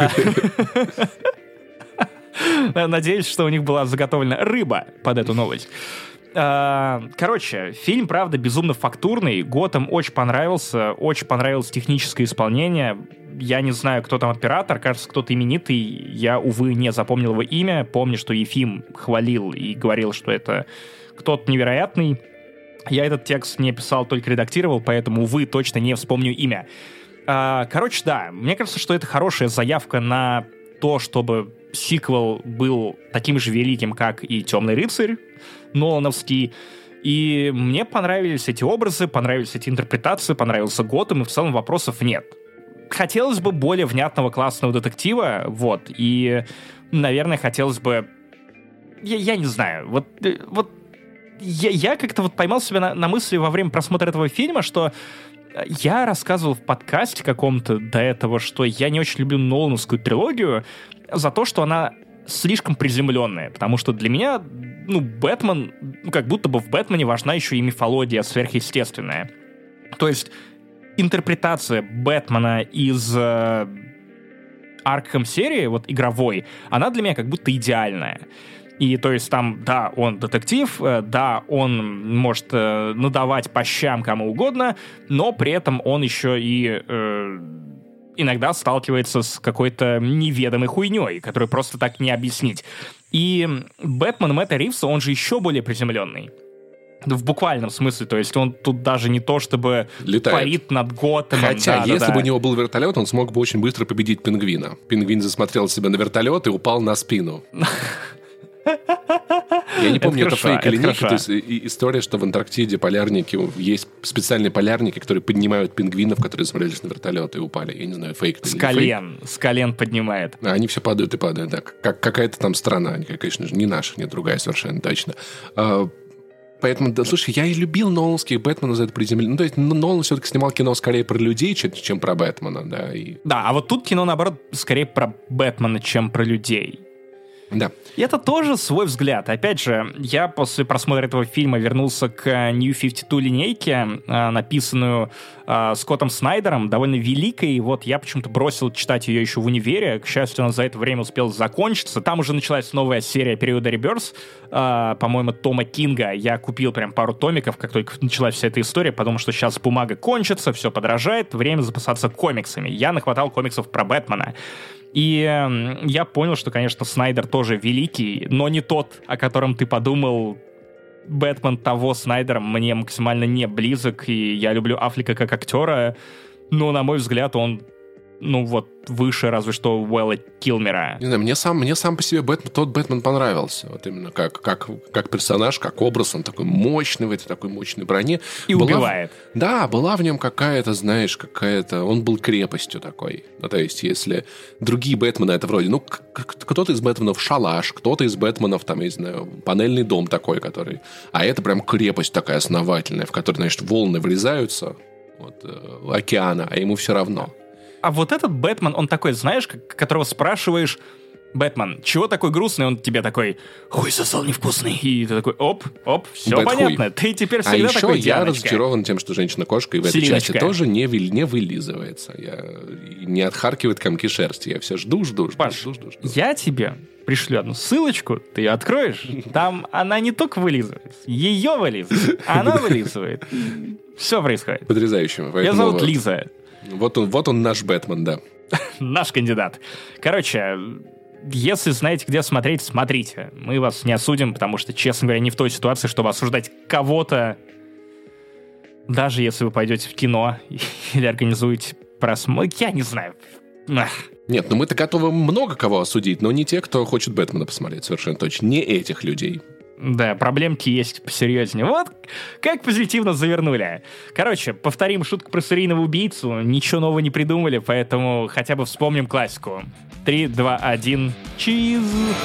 Надеюсь, что у них была заготовлена рыба под эту новость. Короче, фильм, правда, безумно фактурный. Готэм очень понравился. Очень понравилось техническое исполнение. Я не знаю, кто там оператор. Кажется, кто-то именитый. Я, увы, не запомнил его имя. Помню, что Ефим хвалил и говорил, что это кто-то невероятный. Я этот текст не писал, только редактировал, поэтому, увы, точно не вспомню имя. Короче, да, мне кажется, что это хорошая заявка на то, чтобы сиквел был таким же великим, как и «Темный рыцарь» нолановский. И мне понравились эти образы, понравились эти интерпретации, понравился Готэм, и в целом вопросов нет. Хотелось бы более внятного, классного детектива, вот, и, наверное, хотелось бы... Я, я не знаю, вот... вот я, я как-то вот поймал себя на, на мысли во время просмотра этого фильма, что я рассказывал в подкасте каком-то до этого, что я не очень люблю нолановскую трилогию за то, что она слишком приземленная, потому что для меня, ну, Бэтмен, ну, как будто бы в Бэтмене важна еще и мифология сверхъестественная. То есть интерпретация Бэтмена из э, Аркхэм серии, вот игровой, она для меня как будто идеальная. И то есть там, да, он детектив, да, он может э, надавать по щам кому угодно, но при этом он еще и э, иногда сталкивается с какой-то неведомой хуйней, которую просто так не объяснить. И Бэтмен Мэтта Ривза, он же еще более приземленный. В буквальном смысле, то есть он тут даже не то, чтобы летает. Парит над Готэмом. Хотя, да, если да, да. бы у него был вертолет, он смог бы очень быстро победить пингвина. Пингвин засмотрел себя на вертолет и упал на спину. Я не помню, это, это фейк или нет. То есть и, история, что в Антарктиде полярники, есть специальные полярники, которые поднимают пингвинов, которые смотрелись на вертолет и упали. Я не знаю, фейк это или не фейк. С колен, с колен поднимает. А они все падают и падают, да. Как, какая-то там страна, конечно же, не наша, не другая совершенно точно. А, поэтому, да, слушай, я и любил нолановских Бэтмена за это приземление. Ну, то есть Нолан все-таки снимал кино скорее про людей, чем, чем про Бэтмена, да. И... Да, а вот тут кино, наоборот, скорее про Бэтмена, чем про людей. Да. И это тоже свой взгляд. Опять же, я после просмотра этого фильма вернулся к New пятьдесят два линейке, написанную э, Скоттом Снайдером, довольно великой. Вот я почему-то бросил читать ее еще в универе. К счастью, она за это время успела закончиться. Там уже началась новая серия периода Реберс, э, по-моему, Тома Кинга. Я купил прям пару томиков, как только началась вся эта история, потому что сейчас бумага кончится, все подорожает, время запасаться комиксами. Я нахватал комиксов про Бэтмена. И э, я понял, что, конечно, Снайдер тоже великий, но не тот, о котором ты подумал. Бэтмен того Снайдера мне максимально не близок, и я люблю Аффлека как актера, но, на мой взгляд, он, ну вот, выше разве что Уэлла Килмера. Не знаю, мне сам, мне сам по себе Бэтмен, тот Бэтмен понравился. Вот именно как, как, как персонаж, как образ. Он такой мощный в этой такой мощной броне. И была убивает. В... Да, была в нем какая-то, знаешь, какая-то... Он был крепостью такой. Ну, то есть, если другие Бэтмены, это вроде... Ну, кто-то из Бэтменов шалаш, кто-то из Бэтменов, там, я не знаю, панельный дом такой, который... А это прям крепость такая основательная, в которой, значит, волны врезаются вот, э, океана, а ему все равно. А вот этот Бэтмен, он такой, знаешь, которого спрашиваешь: Бэтмен, чего такой грустный? Он тебе такой: хуй сосал невкусный. И ты такой: оп, оп, все Бэт понятно. Хуй. Ты теперь всегда а такой еще я Дианочка. разочарован тем, что женщина-кошка и в этой части тоже не, не вылизывается. Я, не отхаркивает комки шерсти. Я все жду, жду, жду, Паш, жду, жду, жду. Я тебе пришлю одну ссылочку, ты ее откроешь. Там она не только вылизывается, ее вылизывает. Она вылизывает. Все происходит. Потрясающе. Ее зовут вот. Лиза. Вот он, вот он наш Бэтмен, да. Наш кандидат. Короче, если знаете, где смотреть, смотрите. Мы вас не осудим, потому что, честно говоря, не в той ситуации, чтобы осуждать кого-то, даже если вы пойдете в кино или организуете просмотр. Я не знаю. Нет, ну мы-то готовы много кого осудить, но не те, кто хочет Бэтмена посмотреть, совершенно точно. Не этих людей. Да, проблемки есть посерьезнее. Вот как позитивно завернули. Короче, повторим шутку про серийного убийцу. Ничего нового не придумали, поэтому хотя бы вспомним классику. три, два, один, чиз!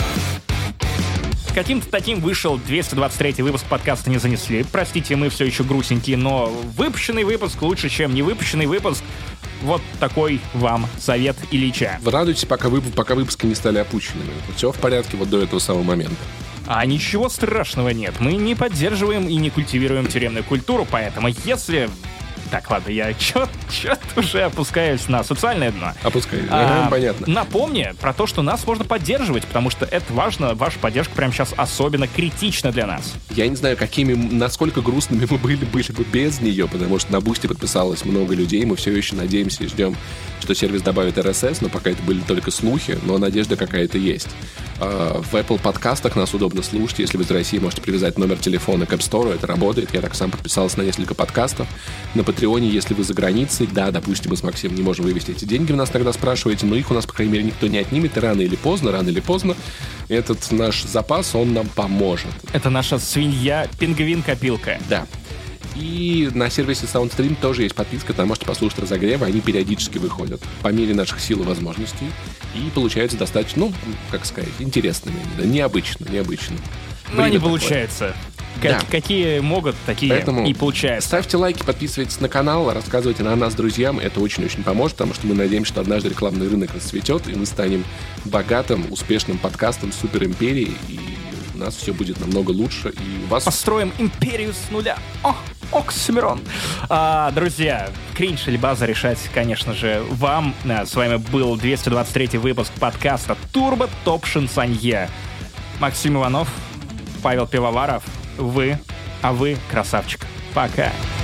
Каким-то таким вышел двести двадцать третий выпуск подкаста «Не занесли». Простите, мы все еще грустненькие, но выпущенный выпуск лучше, чем не выпущенный выпуск. Вот такой вам совет Ильича. Вы радуйтесь, пока, вы, пока выпуски не стали опущенными. Все в порядке вот до этого самого момента. А ничего страшного нет. Мы не поддерживаем и не культивируем тюремную культуру, поэтому если... Так, ладно, я чё-то уже опускаюсь на социальное дно. Опускаюсь, а, понятно. Напомни про то, что нас можно поддерживать, потому что это важно, ваша поддержка прямо сейчас особенно критична для нас. Я не знаю, какими, насколько грустными мы были, были бы без нее, потому что на Бусти подписалось много людей, мы все еще надеемся и ждем, что сервис добавит эр эс эс, но пока это были только слухи, но надежда какая-то есть. В Apple подкастах нас удобно слушать, если вы из России можете привязать номер телефона к App Store, это работает, я так сам подписался на несколько подкастов. На Патреоне, если вы за границей, да, допустим, мы с Максимом не можем вывести эти деньги, вы нас тогда спрашиваете, но их у нас, по крайней мере, никто не отнимет, и рано или поздно, рано или поздно этот наш запас, он нам поможет. Это наша свинья-пингвин-копилка. Да. И на сервисе SoundStream тоже есть подписка, там можете послушать разогревы, они периодически выходят по мере наших сил и возможностей. И получается достаточно, ну, как сказать, интересными, да, необычно, необычно. Но они получаются. Как, да. Какие могут, такие Поэтому и получаются. Ставьте лайки, подписывайтесь на канал, рассказывайте на нас друзьям. Это очень-очень поможет, потому что мы надеемся, что однажды рекламный рынок расцветет, и мы станем богатым, успешным подкастом суперимперии, и у нас все будет намного лучше. И у вас... Построим империю с нуля. О, Оксимирон. А, друзья, кринж или база решать, конечно же, вам. С вами был двести двадцать третий выпуск подкаста Turbo Top Шансонье. Максим Иванов, Павел Пивоваров. Вы, а вы красавчик. Пока.